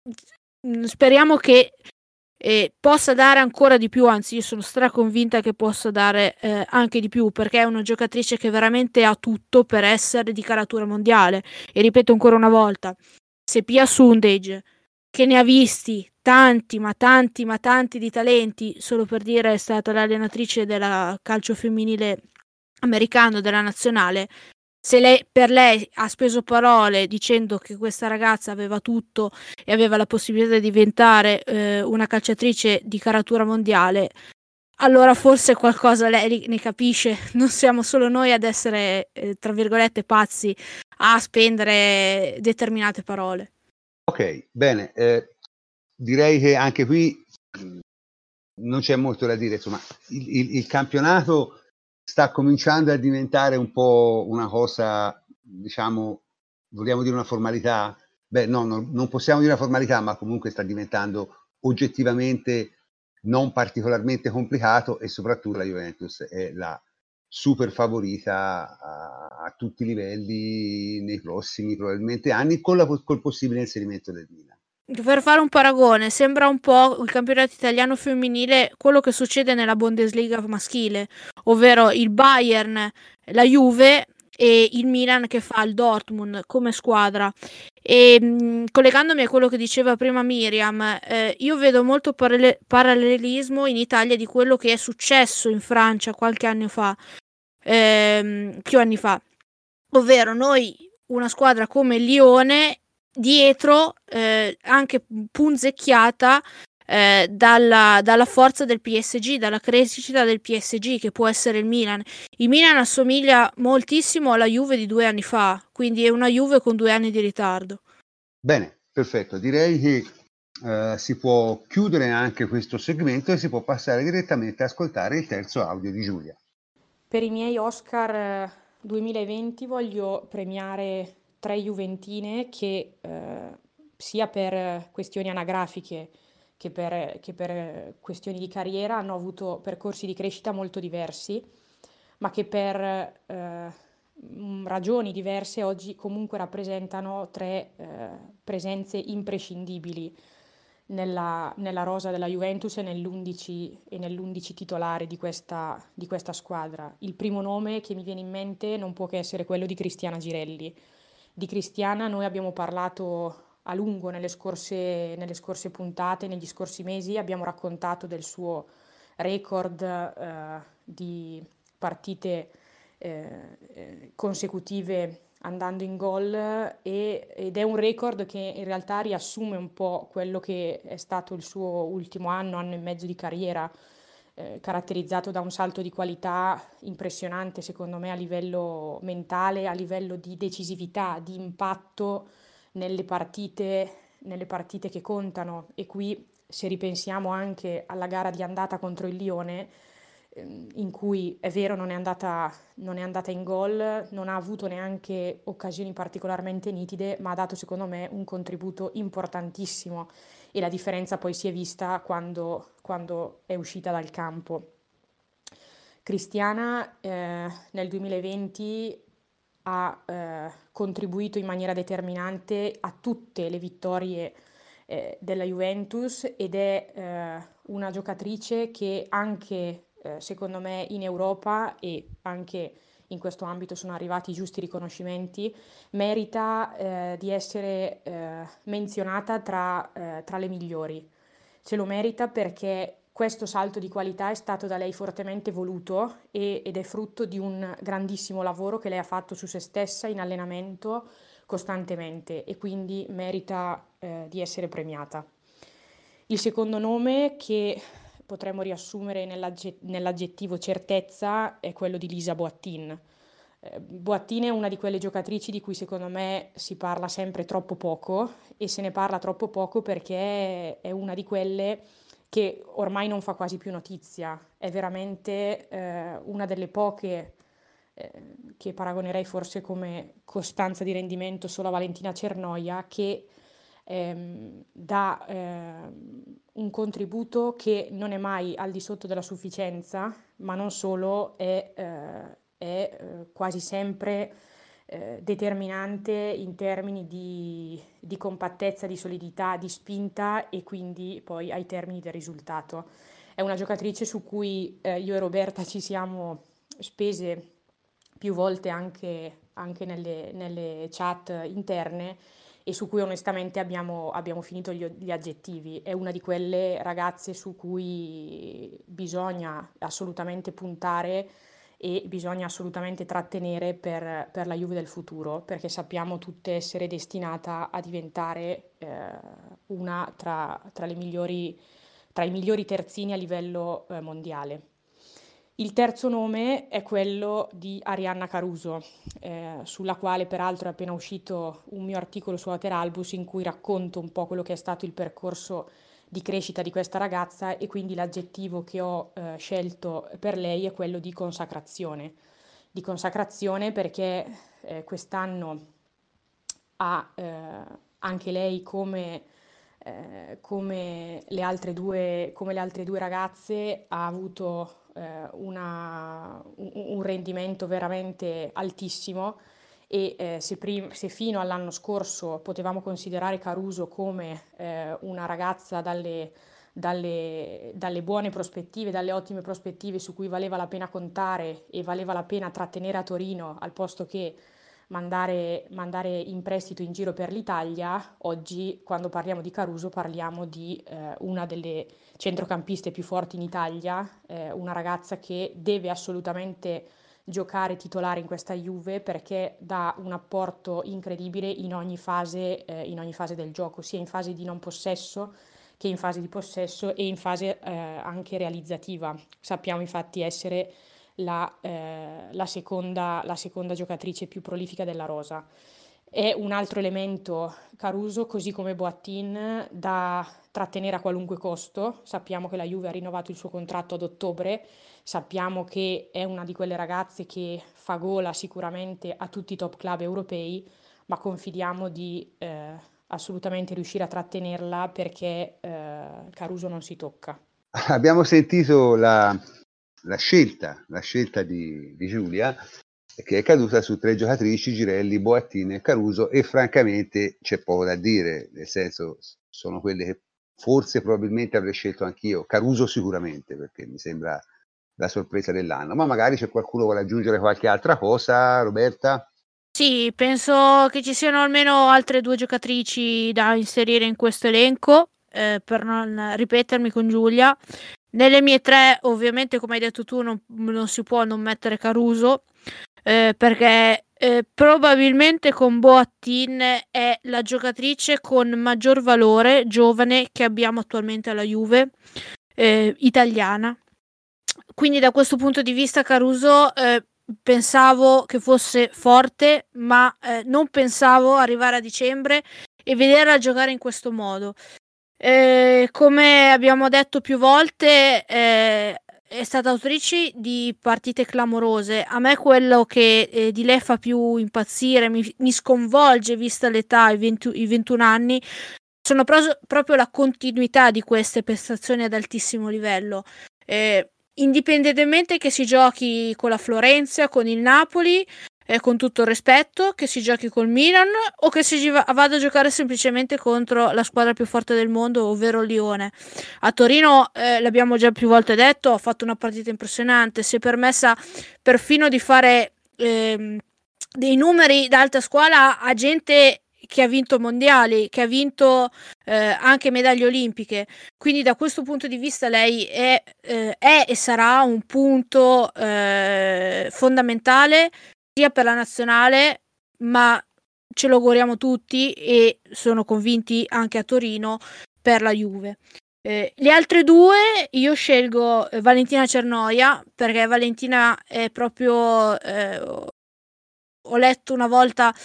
mh, speriamo che eh, possa dare ancora di più, anzi io sono straconvinta che possa dare eh, anche di più, perché è una giocatrice che veramente ha tutto per essere di caratura mondiale. E ripeto ancora una volta, se Pia Sundhage, che ne ha visti tanti ma tanti ma tanti di talenti, solo per dire è stata l'allenatrice della calcio femminile americano della nazionale, se lei, per lei ha speso parole dicendo che questa ragazza aveva tutto e aveva la possibilità di diventare eh, una calciatrice di caratura mondiale, allora forse qualcosa lei ne capisce. Non siamo solo noi ad essere, eh, tra virgolette, pazzi a spendere determinate parole. Ok, bene. Eh, direi che anche qui mh, non c'è molto da dire. Insomma, il, il, il campionato sta cominciando a diventare un po' una cosa, diciamo, vogliamo dire una formalità? Beh, no, no, non possiamo dire una formalità, ma comunque sta diventando oggettivamente non particolarmente complicato e soprattutto la Juventus è la super favorita a, a tutti i livelli nei prossimi probabilmente anni con la, col possibile inserimento del Milan. Per fare un paragone, sembra un po' il campionato italiano femminile quello che succede nella Bundesliga maschile, ovvero il Bayern, la Juve e il Milan che fa il Dortmund come squadra. E mh, collegandomi a quello che diceva prima Miriam, eh, io vedo molto parale- parallelismo in Italia di quello che è successo in Francia qualche anno fa, ehm, più anni fa, ovvero noi una squadra come il Lione dietro eh, anche punzecchiata eh, dalla, dalla forza del P S G, dalla crescita del P S G che può essere il Milan. Il Milan assomiglia moltissimo alla Juve di due anni fa, quindi è una Juve con due anni di ritardo. Bene, perfetto. Direi che eh, si può chiudere anche questo segmento e si può passare direttamente a ascoltare il terzo audio di Giulia. Per i miei Oscar eh, duemilaventi voglio premiare tre juventine che eh, sia per questioni anagrafiche che per, che per questioni di carriera hanno avuto percorsi di crescita molto diversi, ma che per eh, mh, ragioni diverse oggi comunque rappresentano tre eh, presenze imprescindibili nella, nella rosa della Juventus e nell'undici, e nell'undici titolare di questa, di questa squadra. Il primo nome che mi viene in mente non può che essere quello di Cristiana Girelli. Di Cristiana noi abbiamo parlato a lungo nelle scorse, nelle scorse puntate, negli scorsi mesi, abbiamo raccontato del suo record eh, di partite eh, eh, consecutive andando in gol e, ed è un record che in realtà riassume un po' quello che è stato il suo ultimo anno, anno e mezzo di carriera, eh, caratterizzato da un salto di qualità impressionante secondo me a livello mentale, a livello di decisività, di impatto nelle partite, nelle partite che contano. E qui se ripensiamo anche alla gara di andata contro il Lione, ehm, in cui è vero non è andata, non è andata in gol, non ha avuto neanche occasioni particolarmente nitide, ma ha dato secondo me un contributo importantissimo e la differenza poi si è vista quando, quando è uscita dal campo. Cristiana eh, nel duemilaventi ha eh, contribuito in maniera determinante a tutte le vittorie eh, della Juventus ed è eh, una giocatrice che anche eh, secondo me in Europa e anche in questo ambito sono arrivati i giusti riconoscimenti, merita eh, di essere eh, menzionata tra, eh, tra le migliori. Se lo merita perché questo salto di qualità è stato da lei fortemente voluto e, ed è frutto di un grandissimo lavoro che lei ha fatto su se stessa in allenamento costantemente e quindi merita eh, di essere premiata. Il secondo nome che potremmo riassumere nell'agge- nell'aggettivo certezza è quello di Lisa Boattin. Eh, Boattin è una di quelle giocatrici di cui secondo me si parla sempre troppo poco e se ne parla troppo poco perché è una di quelle che ormai non fa quasi più notizia, è veramente eh, una delle poche eh, che paragonerei forse come costanza di rendimento solo a Valentina Cernoia, che ehm, dà ehm, un contributo che non è mai al di sotto della sufficienza, ma non solo, è, eh, è eh, quasi sempre eh, determinante in termini di, di compattezza, di solidità, di spinta e quindi poi ai termini del risultato. È una giocatrice su cui eh, io e Roberta ci siamo spese più volte anche, anche nelle, nelle chat interne e su cui onestamente abbiamo, abbiamo finito gli, gli aggettivi. È una di quelle ragazze su cui bisogna assolutamente puntare e bisogna assolutamente trattenere per, per la Juve del futuro, perché sappiamo tutte essere destinata a diventare eh, una tra, tra le migliori, tra i migliori terzini a livello eh, mondiale. Il terzo nome è quello di Arianna Caruso, eh, sulla quale peraltro è appena uscito un mio articolo su Ateralbus in cui racconto un po' quello che è stato il percorso di crescita di questa ragazza e quindi l'aggettivo che ho eh, scelto per lei è quello di consacrazione. Di consacrazione perché eh, quest'anno ha eh, anche lei come, eh, come, le altre due, come le altre due ragazze ha avuto eh, una, un, un rendimento veramente altissimo e eh, se, prim- se fino all'anno scorso potevamo considerare Caruso come eh, una ragazza dalle dalle, dalle buone prospettive, dalle ottime prospettive su cui valeva la pena contare e valeva la pena trattenere a Torino al posto che mandare, mandare in prestito in giro per l'Italia. Oggi, quando parliamo di Caruso, parliamo di eh, una delle centrocampiste più forti in Italia, eh, una ragazza che deve assolutamente giocare titolare in questa Juve perché dà un apporto incredibile in ogni fase, eh, in ogni fase del gioco, sia in fase di non possesso che in fase di possesso e in fase eh, anche realizzativa. Sappiamo infatti essere la, eh, la, seconda, la seconda giocatrice più prolifica della rosa. È un altro elemento Caruso, così come Boattin, da trattenere a qualunque costo. Sappiamo che la Juve ha rinnovato il suo contratto ad ottobre, sappiamo che è una di quelle ragazze che fa gola sicuramente a tutti i top club europei, ma confidiamo di eh, assolutamente riuscire a trattenerla perché eh, Caruso non si tocca. Abbiamo sentito la, la scelta, la scelta di, di Giulia, che è caduta su tre giocatrici, Girelli, Boattin e Caruso, e francamente c'è poco da dire, nel senso sono quelle che forse probabilmente avrei scelto anch'io, Caruso sicuramente, perché mi sembra la sorpresa dell'anno, ma magari c'è qualcuno che vuole aggiungere qualche altra cosa, Roberta? Sì, penso che ci siano almeno altre due giocatrici da inserire in questo elenco, eh, per non ripetermi con Giulia. Nelle mie tre, ovviamente, come hai detto tu, non, non si può non mettere Caruso, eh, perché eh, probabilmente con Boattin è la giocatrice con maggior valore giovane che abbiamo attualmente alla Juve, eh, italiana. Quindi da questo punto di vista Caruso eh, pensavo che fosse forte, ma eh, non pensavo arrivare a dicembre e vederla giocare in questo modo. Eh, come abbiamo detto più volte, eh, è stata autrice di partite clamorose. A me quello che eh, di lei fa più impazzire, mi, mi sconvolge vista l'età, i, venti, i ventuno anni, sono pro- proprio la continuità di queste prestazioni ad altissimo livello. Eh, indipendentemente che si giochi con la Florenza, con il Napoli, eh, con tutto il rispetto, che si giochi col Milan o che si va- vada a giocare semplicemente contro la squadra più forte del mondo, ovvero il Lione. A Torino, eh, l'abbiamo già più volte detto, ha fatto una partita impressionante, si è permessa perfino di fare ehm, dei numeri d'alta scuola a gente che ha vinto mondiali, che ha vinto eh, anche medaglie olimpiche. Quindi da questo punto di vista lei è, eh, è e sarà un punto eh, fondamentale sia per la nazionale, ma ce lo auguriamo tutti e sono convinti anche a Torino per la Juve. Eh, le altre due io scelgo eh, Valentina Cernoia, perché Valentina è proprio eh, ho letto una volta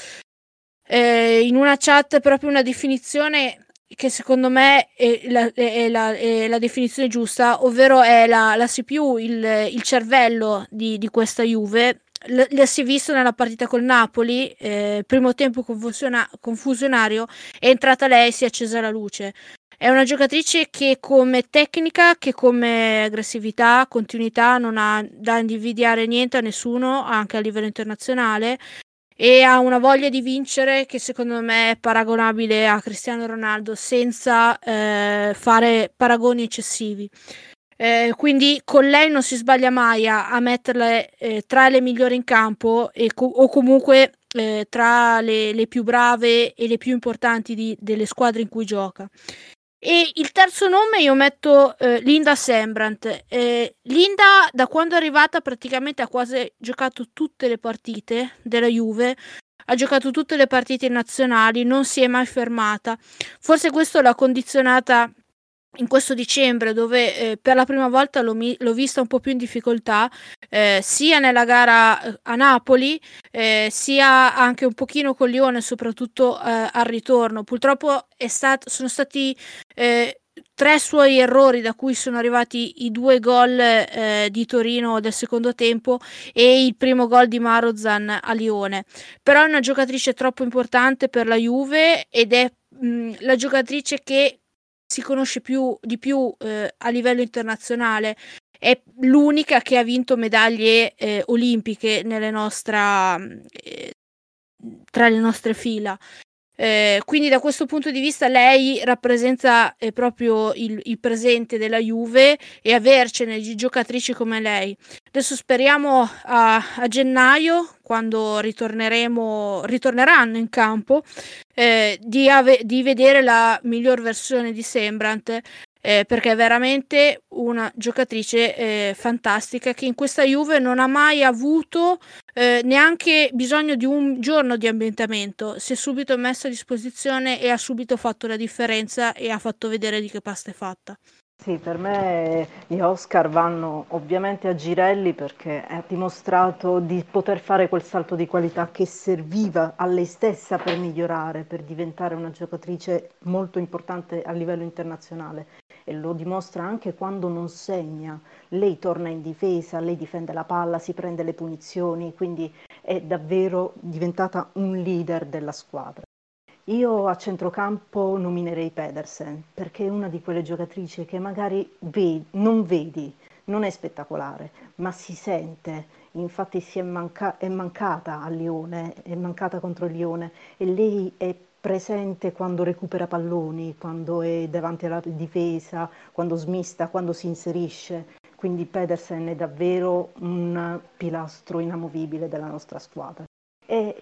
eh, in una chat proprio una definizione che secondo me è la, è la, è la definizione giusta, ovvero è la, la C P U, il, il cervello di, di questa Juve. L- la si è visto nella partita col Napoli, eh, primo tempo confusiona- confusionario, è entrata lei, si è accesa la luce. È una giocatrice che come tecnica, che come aggressività, continuità non ha da invidiare niente a nessuno, anche a livello internazionale, e ha una voglia di vincere che secondo me è paragonabile a Cristiano Ronaldo senza eh, fare paragoni eccessivi. Eh, quindi con lei non si sbaglia mai a, a metterle eh, tra le migliori in campo e co- o comunque eh, tra le, le più brave e le più importanti di, delle squadre in cui gioca. E il terzo nome io metto eh, Linda Sembrant. Eh, Linda, da quando è arrivata, praticamente ha quasi giocato tutte le partite della Juve, ha giocato tutte le partite nazionali, non si è mai fermata. Forse questo l'ha condizionata in questo dicembre, dove eh, per la prima volta l'ho, mi- l'ho vista un po' più in difficoltà, eh, sia nella gara a Napoli, eh, sia anche un pochino con Lione, soprattutto eh, al ritorno. Purtroppo è stat- sono stati eh, tre suoi errori, da cui sono arrivati i due gol eh, di Torino del secondo tempo e il primo gol di Marozan a Lione. Però è una giocatrice troppo importante per la Juve ed è mh, la giocatrice che si conosce più di più eh, a livello internazionale. È l'unica che ha vinto medaglie eh, olimpiche nelle nostra, eh, tra le nostre fila. Eh, quindi da questo punto di vista lei rappresenta eh, proprio il, il presente della Juve, e avercene di giocatrici come lei. Adesso speriamo a, a gennaio, quando ritorneremo, ritorneranno in campo, eh, di, ave- di vedere la miglior versione di Sembrant, eh, perché è veramente una giocatrice eh, fantastica, che in questa Juve non ha mai avuto eh, neanche bisogno di un giorno di ambientamento. Si è subito messa a disposizione e ha subito fatto la differenza e ha fatto vedere di che pasta è fatta. Sì, per me gli Oscar vanno ovviamente a Girelli, perché ha dimostrato di poter fare quel salto di qualità che serviva a lei stessa per migliorare, per diventare una giocatrice molto importante a livello internazionale, e lo dimostra anche quando non segna. Lei torna in difesa, lei difende la palla, si prende le punizioni, quindi è davvero diventata un leader della squadra. Io a centrocampo nominerei Pedersen, perché è una di quelle giocatrici che magari vedi, non vedi, non è spettacolare, ma si sente. Infatti si è, manca- è mancata a Lione, è mancata contro il Lione, e lei è presente quando recupera palloni, quando è davanti alla difesa, quando smista, quando si inserisce. Quindi Pedersen è davvero un pilastro inamovibile della nostra squadra. E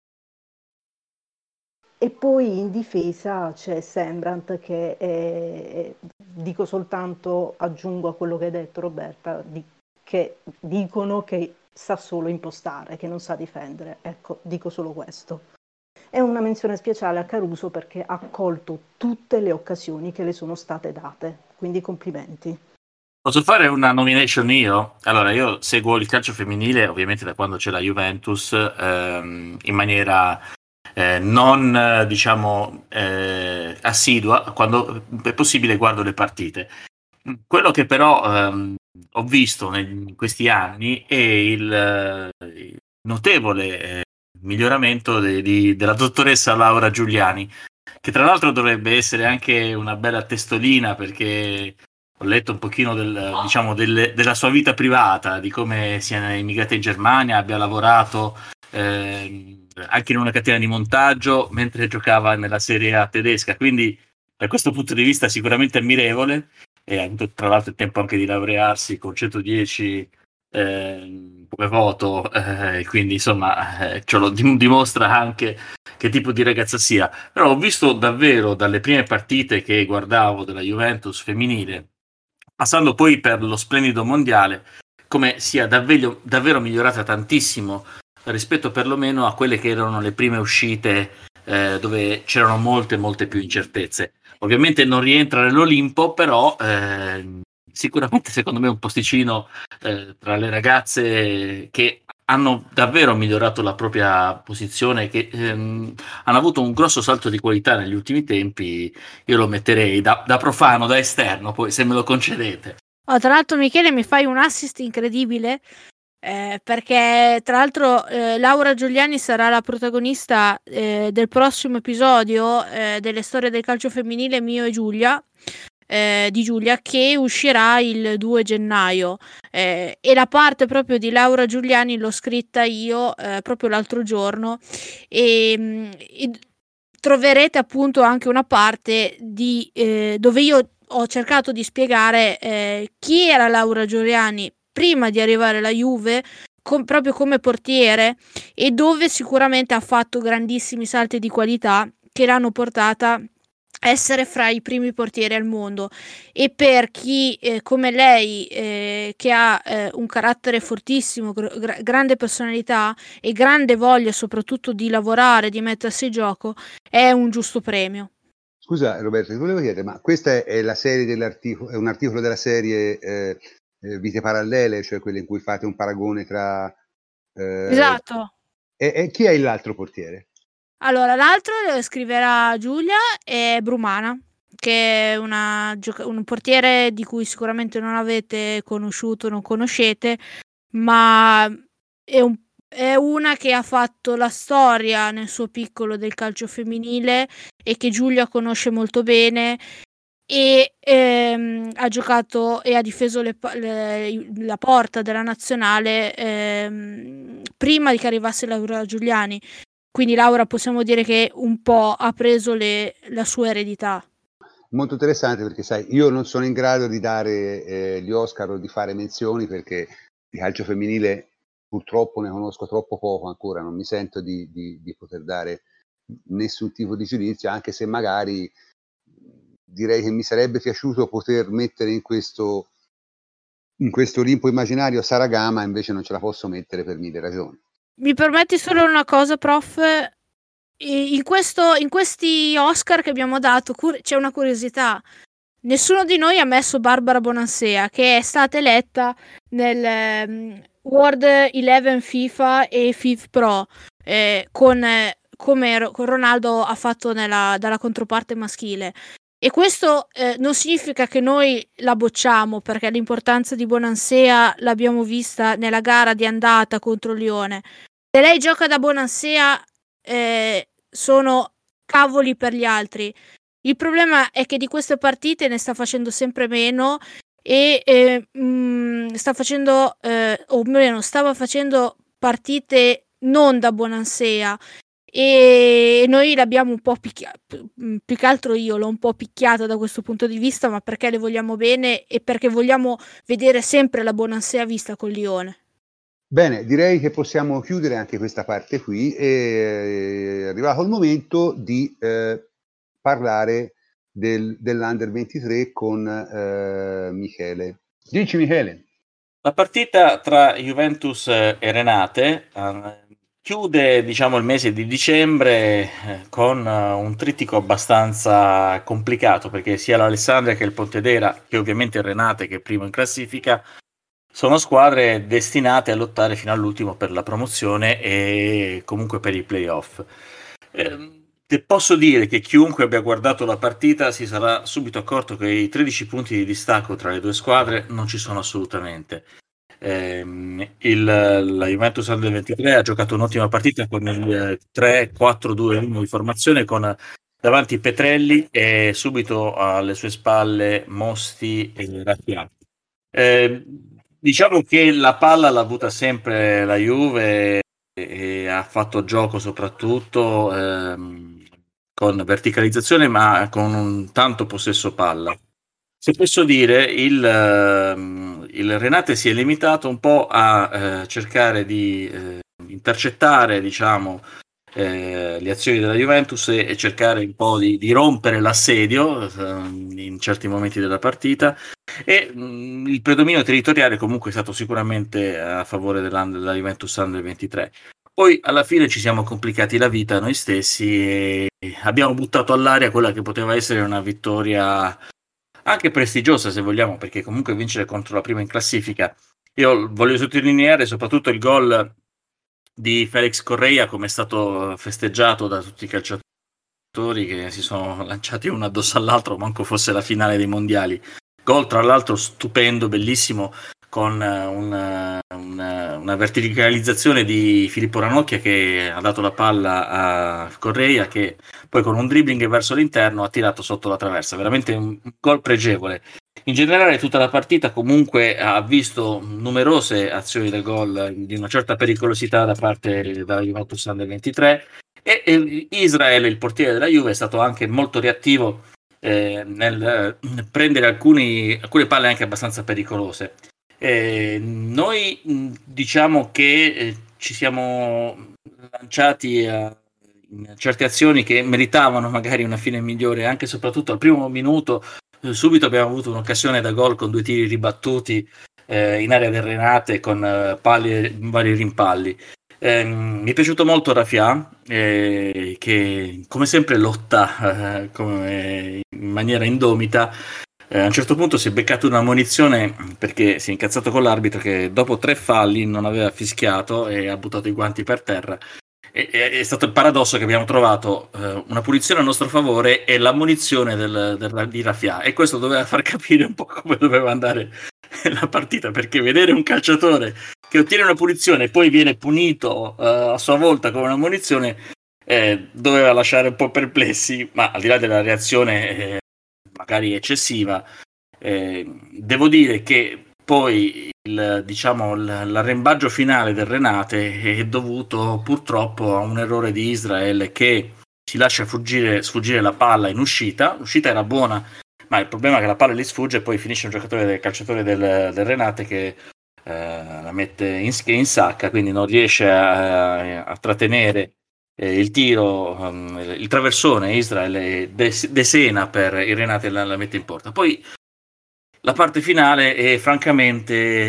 E poi in difesa c'è Sembrant, che è, dico soltanto, aggiungo a quello che hai detto Roberta, di, che dicono che sa solo impostare, che non sa difendere. Ecco, dico solo questo. È una menzione speciale a Caruso, perché ha colto tutte le occasioni che le sono state date, quindi complimenti. Posso fare una nomination io? Allora, io seguo il calcio femminile ovviamente da quando c'è la Juventus, ehm, in maniera eh, non eh, diciamo eh, assidua. Quando è possibile guardo le partite. Quello che però ehm, ho visto neg- in questi anni è il, eh, il notevole eh, miglioramento de- di- della dottoressa Laura Giuliani, che tra l'altro dovrebbe essere anche una bella testolina, perché ho letto un pochino del, diciamo, delle- della sua vita privata, di come sia immigrata in Germania, abbia lavorato ehm, anche in una catena di montaggio mentre giocava nella Serie A tedesca. Quindi da questo punto di vista sicuramente ammirevole, e ha avuto tra l'altro il tempo anche di laurearsi con centodieci eh, come voto, eh, quindi insomma eh, ce lo dim- dimostra anche che tipo di ragazza sia. Però ho visto davvero dalle prime partite che guardavo della Juventus femminile, passando poi per lo splendido mondiale, come sia davvero, davvero migliorata tantissimo rispetto perlomeno a quelle che erano le prime uscite, eh, dove c'erano molte molte più incertezze. Ovviamente non rientra nell'Olimpo, però eh, sicuramente secondo me un posticino eh, tra le ragazze che hanno davvero migliorato la propria posizione, che ehm, hanno avuto un grosso salto di qualità negli ultimi tempi. Io lo metterei da, da profano, da esterno, poi se me lo concedete. Oh, tra l'altro Michele mi fai un assist incredibile, eh, perché tra l'altro eh, Laura Giuliani sarà la protagonista eh, del prossimo episodio eh, delle storie del calcio femminile Mio e Giulia, eh, di Giulia, che uscirà il due gennaio, eh, e la parte proprio di Laura Giuliani l'ho scritta io eh, proprio l'altro giorno, e, e troverete appunto anche una parte di, eh, dove io ho cercato di spiegare eh, chi era Laura Giuliani prima di arrivare alla Juve, com- proprio come portiere, e dove sicuramente ha fatto grandissimi salti di qualità che l'hanno portata a essere fra i primi portieri al mondo. E per chi eh, come lei, eh, che ha eh, un carattere fortissimo, gr- gra- grande personalità e grande voglia soprattutto di lavorare, di mettersi in gioco, è un giusto premio. Scusa Roberto, ti volevo chiedere, ma questa è, è la serie dell'articolo, è un articolo della serie eh, eh, Vite parallele, cioè quelle in cui fate un paragone tra... eh, Esatto. E, e chi è l'altro portiere? Allora, l'altro lo scriverà Giulia, e Brumana, che è una gioca- un portiere di cui sicuramente non avete conosciuto, non conoscete, ma è, un- è una che ha fatto la storia nel suo piccolo del calcio femminile e che Giulia conosce molto bene, e ehm, ha giocato e ha difeso le pa- le- la porta della nazionale ehm, prima che arrivasse Laura Giuliani. quindi Laura possiamo dire che un po' ha preso le, la sua eredità. Molto interessante, perché sai, io non sono in grado di dare eh, gli Oscar o di fare menzioni, perché di calcio femminile purtroppo ne conosco troppo poco ancora, non mi sento di, di, di poter dare nessun tipo di giudizio, anche se magari direi che mi sarebbe piaciuto poter mettere in questo in questo Olimpo immaginario Saragama, invece non ce la posso mettere per mille ragioni. Mi permetti solo una cosa, prof? In, questo, in questi Oscar che abbiamo dato cur- c'è una curiosità. Nessuno di noi ha messo Barbara Bonansea, che è stata eletta nel um, World undici FIFA e FIFA Pro, eh, con, eh, come con Ronaldo ha fatto nella, dalla controparte maschile. E questo eh, non significa che noi la bocciamo, perché l'importanza di Bonansea l'abbiamo vista nella gara di andata contro Lione. Se lei gioca da Bonansea, eh, sono cavoli per gli altri. Il problema è che di queste partite ne sta facendo sempre meno e eh, mh, sta facendo, eh, o meno, stava facendo partite non da Bonansea. E noi l'abbiamo un po' picchiata, più che altro io l'ho un po' picchiata da questo punto di vista, ma perché le vogliamo bene e perché vogliamo vedere sempre la Bonansea vista con Lione. Bene, direi che possiamo chiudere anche questa parte qui, e è arrivato il momento di eh, parlare del, dell'Under ventitré con eh, Michele. Dici, Michele. La partita tra Juventus e Renate eh, chiude, diciamo, il mese di dicembre eh, con uh, un trittico abbastanza complicato, perché sia l'Alessandria che il Pontedera, che ovviamente il Renate, che è primo in classifica, sono squadre destinate a lottare fino all'ultimo per la promozione e comunque per i playoff. Eh, te posso dire che chiunque abbia guardato la partita si sarà subito accorto che i tredici punti di distacco tra le due squadre non ci sono assolutamente. Eh, il, la Juventus Under ventitré ha giocato un'ottima partita con il tre quattro due uno di formazione, con davanti Petrelli e subito alle sue spalle Mosti e Raffia. Eh, diciamo che la palla l'ha avuta sempre la Juve e, e ha fatto gioco soprattutto ehm, con verticalizzazione, ma con un tanto possesso palla. Se posso dire, il, uh, il Renate si è limitato un po' a uh, cercare di uh, intercettare, diciamo, eh, le azioni della Juventus e, e cercare un po' di, di rompere l'assedio uh, in certi momenti della partita, e mh, il predominio territoriale comunque è stato sicuramente a favore della, della Juventus Under ventitré. Poi alla fine ci siamo complicati la vita noi stessi e abbiamo buttato all'aria quella che poteva essere una vittoria anche prestigiosa, se vogliamo, perché comunque vincere contro la prima in classifica. Io voglio sottolineare soprattutto il gol di Felix Correa, come è stato festeggiato da tutti i calciatori che si sono lanciati uno addosso all'altro, manco fosse la finale dei mondiali. Gol tra l'altro stupendo, bellissimo, con una, una, una verticalizzazione di Filippo Ranocchia che ha dato la palla a Correa, che poi con un dribbling verso l'interno ha tirato sotto la traversa. Veramente un, un gol pregevole. In generale tutta la partita comunque ha visto numerose azioni del gol di una certa pericolosità da parte della Juventus Under ventitré, e, e Israel, il portiere della Juve, è stato anche molto reattivo eh, nel eh, prendere alcuni, alcune palle anche abbastanza pericolose. Eh, noi diciamo che eh, ci siamo lanciati a in certe azioni che meritavano magari una fine migliore, anche e soprattutto al primo minuto. Eh, subito abbiamo avuto un'occasione da gol con due tiri ribattuti eh, in area del Renate con eh, pali, vari rimpalli. Eh, mi è piaciuto molto Raffia, eh, che come sempre lotta eh, come in maniera indomita. Eh, a un certo punto si è beccato una ammonizione perché si è incazzato con l'arbitro, che dopo tre falli non aveva fischiato e ha buttato i guanti per terra. E, è, è stato il paradosso che abbiamo trovato eh, una punizione a nostro favore e l'ammonizione del, del, di Raffia, e questo doveva far capire un po' come doveva andare la partita, perché vedere un calciatore che ottiene una punizione e poi viene punito uh, a sua volta con una munizione eh, doveva lasciare un po' perplessi, ma al di là della reazione eh, magari eccessiva, eh, devo dire che poi il, diciamo, l'arrembaggio finale del Renate è dovuto purtroppo a un errore di Israel che si lascia fuggire, sfuggire la palla in uscita. L'uscita era buona, ma il problema è che la palla gli sfugge e poi finisce un giocatore del calciatore del, del Renate che eh, la mette in, in sacca, quindi non riesce a, a trattenere eh, il tiro, um, il traversone. Israel desena per il Renate e la, la mette in porta. Poi la parte finale è francamente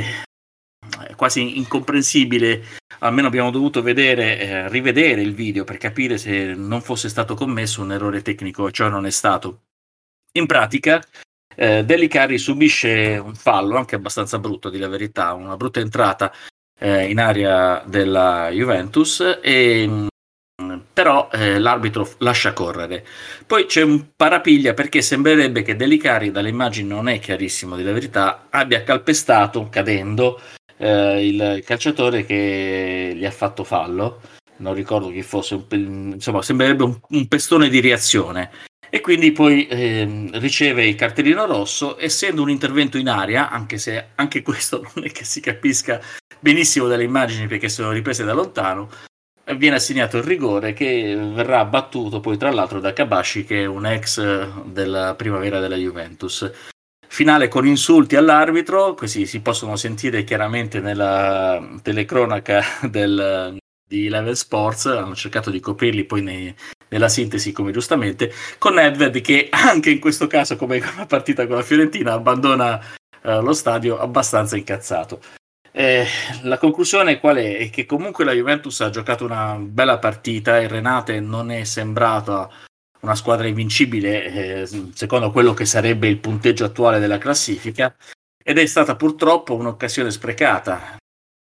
quasi incomprensibile, almeno abbiamo dovuto vedere, eh, rivedere il video per capire se non fosse stato commesso un errore tecnico, e ciò non è stato. In pratica eh, Dele Carri subisce un fallo anche abbastanza brutto, di la verità, una brutta entrata eh, in area della Juventus, e però eh, l'arbitro lascia correre. Poi c'è un parapiglia perché sembrerebbe che Dele Carri, dalle immagini non è chiarissimo di la verità, abbia calpestato cadendo eh, il calciatore che gli ha fatto fallo. Non ricordo chi fosse, un, insomma sembrerebbe un, un pestone di reazione, e quindi poi eh, riceve il cartellino rosso, essendo un intervento in aria, anche se anche questo non è che si capisca benissimo dalle immagini perché sono riprese da lontano. Viene assegnato il rigore che verrà battuto poi tra l'altro da Kabashi, che è un ex della primavera della Juventus. Finale con insulti all'arbitro, così si possono sentire chiaramente nella telecronaca del, di Level Sports, hanno cercato di coprirli poi nei, nella sintesi come giustamente, con Nedved che anche in questo caso, come con la partita con la Fiorentina, abbandona eh, lo stadio abbastanza incazzato. Eh, la conclusione qual è? È che comunque la Juventus ha giocato una bella partita, il Renate non è sembrata una squadra invincibile eh, secondo quello che sarebbe il punteggio attuale della classifica, ed è stata purtroppo un'occasione sprecata,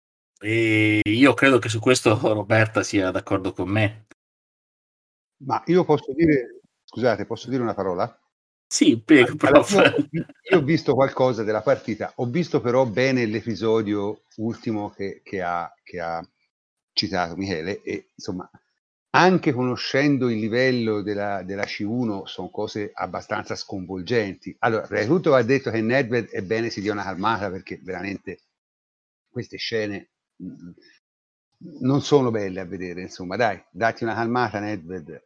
e io credo che su questo Roberta sia d'accordo con me. Ma io posso dire, scusate, posso dire una parola? Sì, prego, prof. Allora, io, io ho visto qualcosa della partita, ho visto però bene l'episodio ultimo che, che, ha, che ha citato Michele, e insomma anche conoscendo il livello della, della C uno sono cose abbastanza sconvolgenti. Allora, prima di tutto va detto che Nedved è bene si dia una calmata, perché veramente queste scene mh, non sono belle a vedere, insomma dai, datti una calmata Nedved,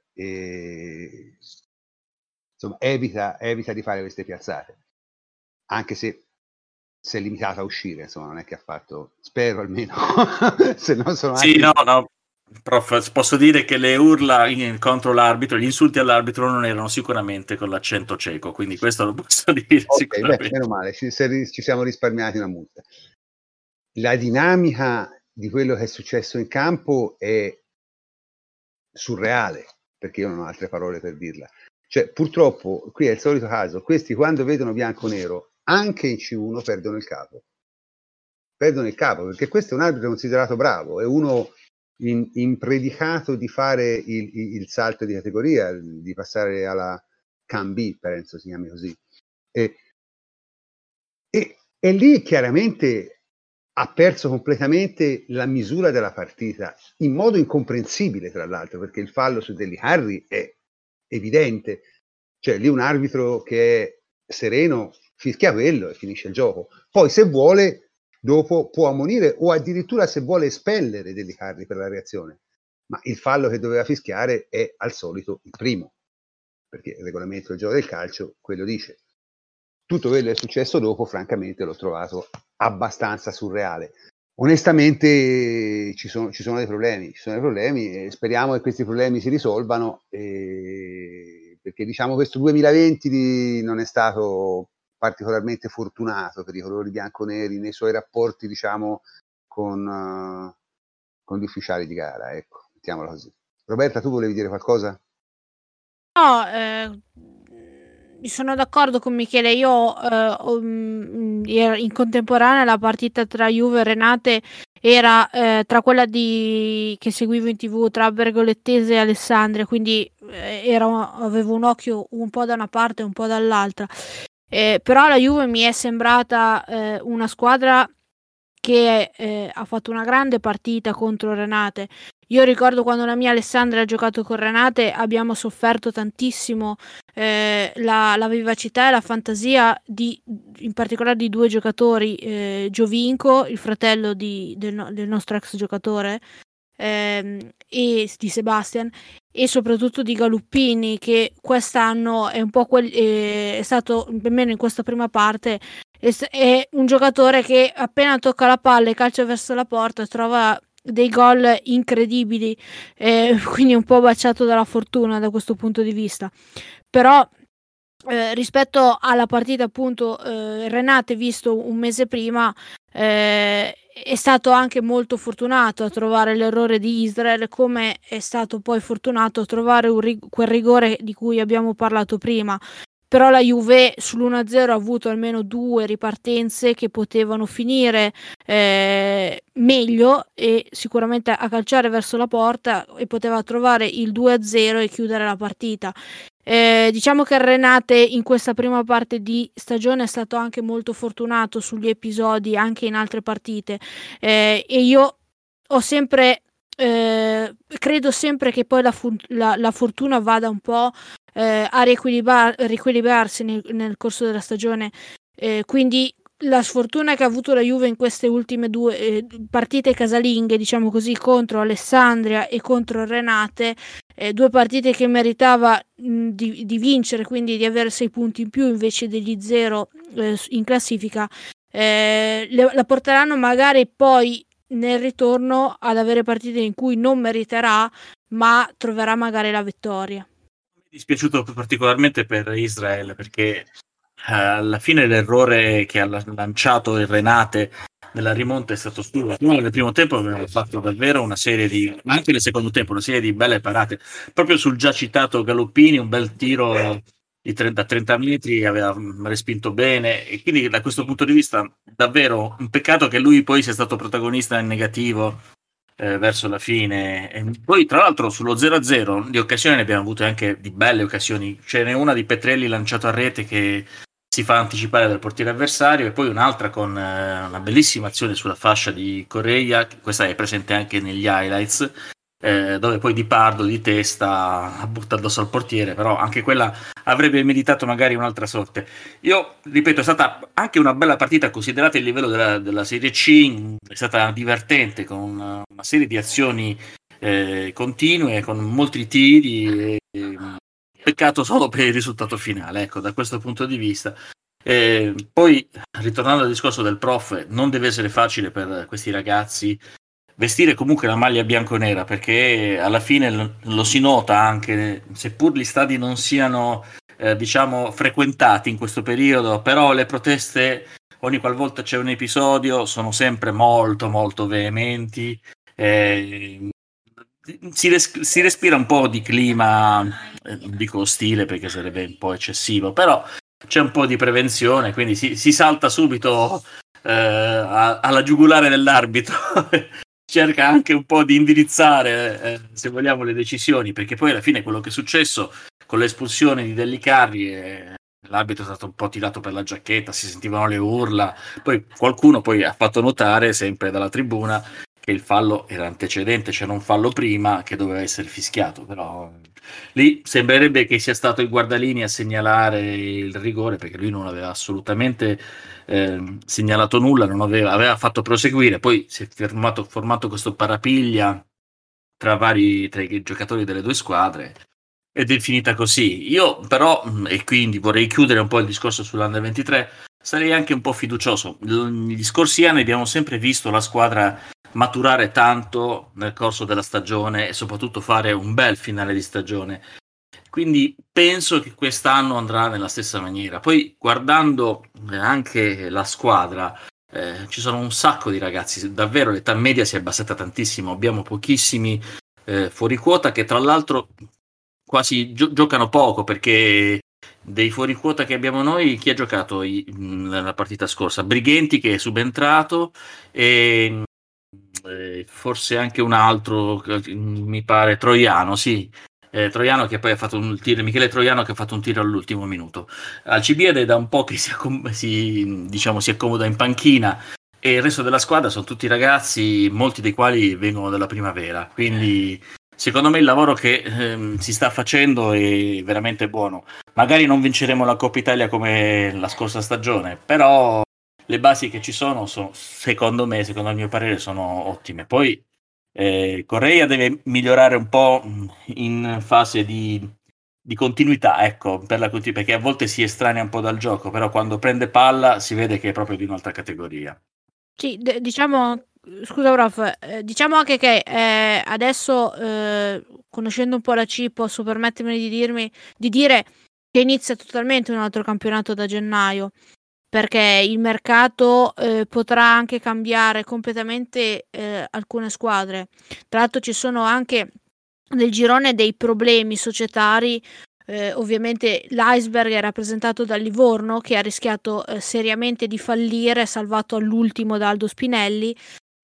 e insomma evita, evita di fare queste piazzate, anche se si è limitato a uscire, insomma non è che ha fatto, spero almeno, se no sono sì, anche... no, no, prof, posso dire che le urla in, contro l'arbitro, gli insulti all'arbitro non erano sicuramente con l'accento ceco, quindi questo lo posso dire okay, sicuramente. Beh, meno male, ci, ci siamo risparmiati una multa. La dinamica di quello che è successo in campo è surreale, perché io non ho altre parole per dirla. Cioè, purtroppo, qui è il solito caso, questi quando vedono bianco-nero, anche in C uno perdono il capo. Perdono il capo, perché questo è un arbitro considerato bravo, è uno in, impredicato di fare il, il, il salto di categoria, di passare alla Can B, penso si chiami così. E, e, e lì chiaramente ha perso completamente la misura della partita, in modo incomprensibile tra l'altro, perché il fallo su Dele Carri è evidente, cioè lì un arbitro che è sereno fischia quello e finisce il gioco, poi se vuole dopo può ammonire o addirittura se vuole espellere Dele Carri per la reazione, ma il fallo che doveva fischiare è al solito il primo, perché il regolamento del gioco del calcio quello dice. Tutto quello che è successo dopo francamente l'ho trovato abbastanza surreale. Onestamente ci sono, ci sono dei problemi, ci sono dei problemi e speriamo che questi problemi si risolvano, e perché diciamo questo duemilaventi di, non è stato particolarmente fortunato per i colori bianconeri nei suoi rapporti, diciamo, con, uh, con gli ufficiali di gara, ecco, mettiamola così. Roberta, tu volevi dire qualcosa? No, eh, sono d'accordo con Michele. Io eh, um, in contemporanea la partita tra Juve e Renate era eh, tra quella di, che seguivo in tv tra Bergolettese e Alessandria, quindi eh, era, avevo un occhio un po' da una parte e un po' dall'altra. Eh, però la Juve mi è sembrata eh, una squadra che eh, ha fatto una grande partita contro Renate. Io ricordo quando la mia Alessandra ha giocato con Renate, abbiamo sofferto tantissimo eh, la, la vivacità e la fantasia di, in particolare di due giocatori, eh, Giovinco, il fratello di, del, no- del nostro ex giocatore, ehm, e di Sebastian, e soprattutto di Galuppini, che quest'anno è un po' quel, eh, è stato, almeno in questa prima parte, è, s- è un giocatore che appena tocca la palla e calcia verso la porta trova dei gol incredibili, eh, quindi un po' baciato dalla fortuna da questo punto di vista. Però eh, rispetto alla partita appunto eh, Renate visto un mese prima, eh, è stato anche molto fortunato a trovare l'errore di Israel, come è stato poi fortunato a trovare un rig- quel rigore di cui abbiamo parlato prima. Però la Juve sull'uno a zero ha avuto almeno due ripartenze che potevano finire eh, meglio, e sicuramente a calciare verso la porta, e poteva trovare il due a zero e chiudere la partita. Eh, diciamo che Renate in questa prima parte di stagione è stato anche molto fortunato sugli episodi anche in altre partite, eh, e io ho sempre eh, credo sempre che poi la, fu- la, la fortuna vada un po' eh, a riequilibrar- riequilibrarsi nel, nel corso della stagione, eh, quindi la sfortuna che ha avuto la Juve in queste ultime due eh, partite casalinghe, diciamo così, contro Alessandria e contro Renate, eh, due partite che meritava mh, di, di vincere, quindi di avere sei punti in più invece degli zero eh, in classifica, eh, le, la porteranno magari poi nel ritorno ad avere partite in cui non meriterà, ma troverà magari la vittoria. Mi è dispiaciuto particolarmente per Israel, perché eh, alla fine l'errore che ha lanciato il Renate nella rimonta è stato suo. Noi nel primo tempo avevamo fatto davvero una serie di, ma anche nel secondo tempo, una serie di belle parate. Proprio sul già citato Galoppini, un bel tiro di trenta, da trenta metri, aveva respinto bene, e quindi da questo punto di vista davvero un peccato che lui poi sia stato protagonista in negativo eh, verso la fine. E poi tra l'altro sullo zero a zero di occasioni ne abbiamo avute anche di belle occasioni. Ce n'è una di Petrelli lanciato a rete che si fa anticipare dal portiere avversario, e poi un'altra con eh, una bellissima azione sulla fascia di Correia, questa è presente anche negli highlights, eh, dove poi Di Pardo di testa butta addosso al portiere, però anche quella avrebbe meritato magari un'altra sorte. Io ripeto, è stata anche una bella partita, considerata il livello della, della Serie C, è stata divertente, con una, una serie di azioni eh, continue, con molti tiri, e, e, peccato solo per il risultato finale, ecco, da questo punto di vista. Eh, poi, ritornando al discorso del prof, non deve essere facile per questi ragazzi vestire comunque la maglia bianco-nera, perché alla fine lo, lo si nota anche, seppur gli stadi non siano eh, diciamo frequentati in questo periodo, però le proteste ogni qualvolta c'è un episodio sono sempre molto molto veementi, eh, si, res- si respira un po' di clima, eh, non dico ostile perché sarebbe un po' eccessivo, però c'è un po' di prevenzione, quindi si, si salta subito eh, a- alla giugulare dell'arbitro. Cerca anche un po' di indirizzare, eh, se vogliamo, le decisioni, perché poi alla fine quello che è successo con l'espulsione di Dellicarri, eh, l'arbitro è stato un po' tirato per la giacchetta, si sentivano le urla, poi qualcuno poi ha fatto notare sempre dalla tribuna che il fallo era antecedente, c'era un fallo prima che doveva essere fischiato, però lì sembrerebbe che sia stato il guardalini a segnalare il rigore, perché lui non aveva assolutamente eh, segnalato nulla, non aveva, aveva fatto proseguire, poi si è fermato, formato questo parapiglia tra vari tra i giocatori delle due squadre, ed è finita così. Io però, e quindi vorrei chiudere un po' il discorso sull'Under ventitré, sarei anche un po' fiducioso. Gli scorsi anni abbiamo sempre visto la squadra maturare tanto nel corso della stagione e soprattutto fare un bel finale di stagione. Quindi penso che quest'anno andrà nella stessa maniera. Poi guardando anche la squadra, eh, ci sono un sacco di ragazzi, davvero l'età media si è abbassata tantissimo, abbiamo pochissimi eh, fuori quota, che tra l'altro quasi gio- giocano poco, perché dei fuori quota che abbiamo noi, chi ha giocato i- nella partita scorsa? Brighenti, che è subentrato, e eh, forse anche un altro, mi pare Troiano, sì. Eh, Troiano che poi ha fatto un tiro, Michele Troiano che ha fatto un tiro all'ultimo minuto. Alcibiade da un po' che si, accom- si, diciamo, si accomoda in panchina, e il resto della squadra sono tutti ragazzi, molti dei quali vengono dalla primavera, quindi secondo me il lavoro che ehm, si sta facendo è veramente buono. Magari non vinceremo la Coppa Italia come la scorsa stagione, però le basi che ci sono, sono secondo me, secondo il mio parere, sono ottime. Poi eh, Correa deve migliorare un po' in fase di, di continuità, ecco, per la continu- perché a volte si estranea un po' dal gioco, però quando prende palla si vede che è proprio di un'altra categoria. Sì, d- diciamo, scusa prof, eh, diciamo anche che eh, adesso, eh, conoscendo un po' la C, posso permettermi di dirmi, di dire che inizia totalmente un altro campionato da gennaio, perché il mercato eh, potrà anche cambiare completamente eh, alcune squadre. Tra l'altro ci sono anche nel girone dei problemi societari. Eh, ovviamente l'iceberg è rappresentato dal Livorno, che ha rischiato eh, seriamente di fallire, salvato all'ultimo da Aldo Spinelli,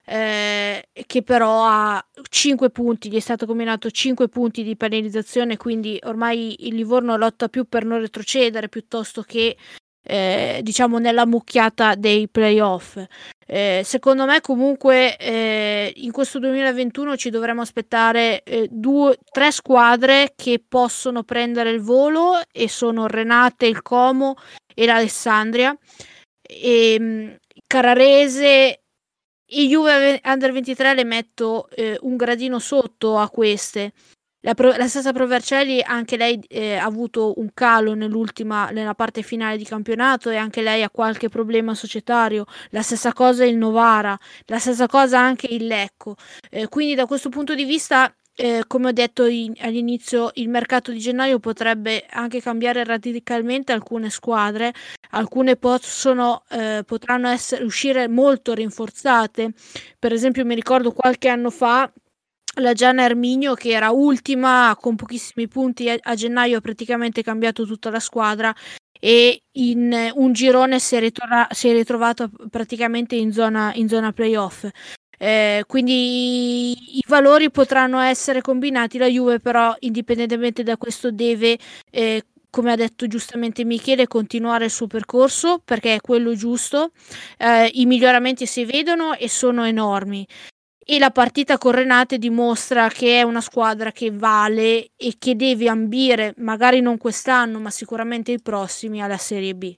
eh, che però ha cinque punti, gli è stato combinato cinque punti di penalizzazione, quindi ormai il Livorno lotta più per non retrocedere piuttosto che eh, diciamo nella mucchiata dei playoff. Eh, secondo me comunque eh, in questo duemilaventuno ci dovremo aspettare eh, due, tre squadre che possono prendere il volo, e sono Renate, il Como e l'Alessandria. E, mh, Carrarese e Juve Under ventitré le metto eh, un gradino sotto a queste. La, Pro- la stessa Provercelli, anche lei eh, ha avuto un calo nell'ultima, nella parte finale di campionato, e anche lei ha qualche problema societario. La stessa cosa il Novara, la stessa cosa anche il Lecco. Eh, quindi da questo punto di vista, eh, come ho detto in, all'inizio, il mercato di gennaio potrebbe anche cambiare radicalmente alcune squadre. Alcune possono, eh, potranno essere, uscire molto rinforzate. Per esempio mi ricordo qualche anno fa la Giana Erminio, che era ultima con pochissimi punti, a gennaio ha praticamente cambiato tutta la squadra, e in un girone si è, ritorna- si è ritrovato praticamente in zona, in zona playoff. Eh, quindi i valori potranno essere combinati. La Juve però, indipendentemente da questo, deve eh, come ha detto giustamente Michele, continuare il suo percorso, perché è quello giusto. Eh, i miglioramenti si vedono e sono enormi. E la partita con Renate dimostra che è una squadra che vale e che deve ambire, magari non quest'anno, ma sicuramente i prossimi, alla Serie B.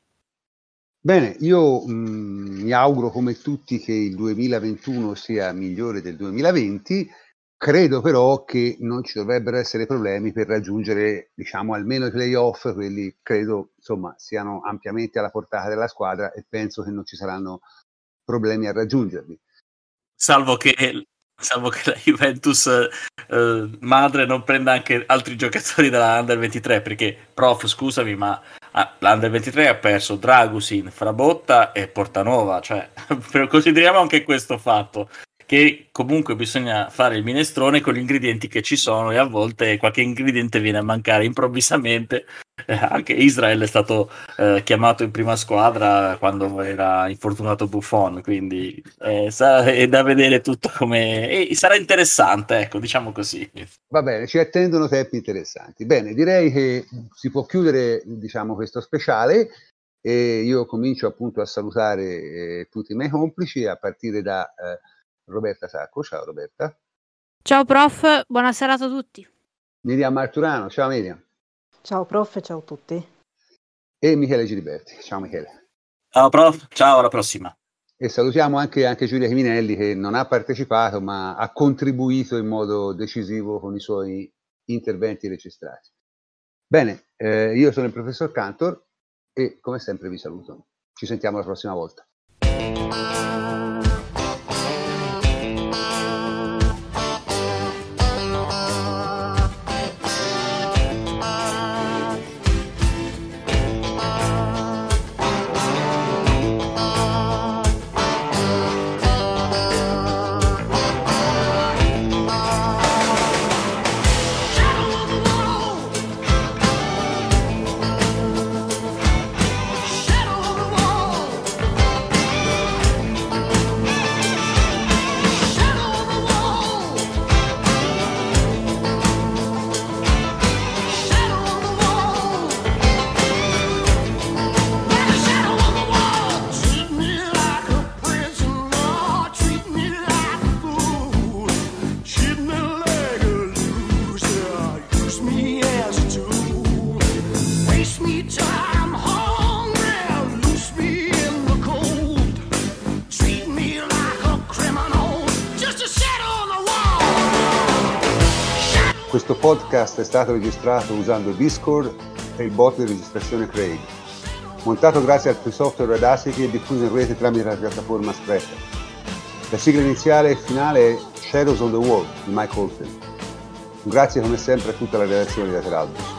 Bene, io mh, mi auguro come tutti che il duemilaventuno sia migliore del duemilaventi. Credo però che non ci dovrebbero essere problemi per raggiungere, diciamo, almeno i playoff. Quelli credo, insomma, siano ampiamente alla portata della squadra, e penso che non ci saranno problemi a raggiungerli. Salvo che, salvo che la Juventus eh, madre non prenda anche altri giocatori dalla Under ventitré, perché, prof, scusami, ma ah, la Under ventitré ha perso Dragusin, Frabotta e Portanova, cioè consideriamo anche questo fatto, che comunque bisogna fare il minestrone con gli ingredienti che ci sono, e a volte qualche ingrediente viene a mancare improvvisamente. Eh, anche Israel è stato eh, chiamato in prima squadra quando era infortunato Buffon, quindi eh, sa- è da vedere tutto come e sarà interessante, ecco, diciamo così. Va bene, ci attendono tempi interessanti. Bene, direi che si può chiudere, diciamo, questo speciale, e io comincio appunto a salutare eh, tutti i miei complici, a partire da eh, Roberta Sacco. Ciao Roberta. Ciao prof, buona serata a tutti. Miriam Marturano. Ciao Miriam. Ciao prof, ciao a tutti. E Michele Giliberti. Ciao Michele. Ciao prof, ciao, alla prossima. E salutiamo anche, anche Giulia Chiminelli, che non ha partecipato ma ha contribuito in modo decisivo con i suoi interventi registrati. Bene, eh, io sono il professor Cantor e come sempre vi saluto. Ci sentiamo la prossima volta. Questo podcast è stato registrato usando Discord e il bot di registrazione Craig. Montato grazie al free software Audacity e diffuso in rete tramite la piattaforma Spreaker. La sigla iniziale e finale è Shadows on the Wall di Mike Oldfield. Grazie come sempre a tutta la redazione di Lateralbus.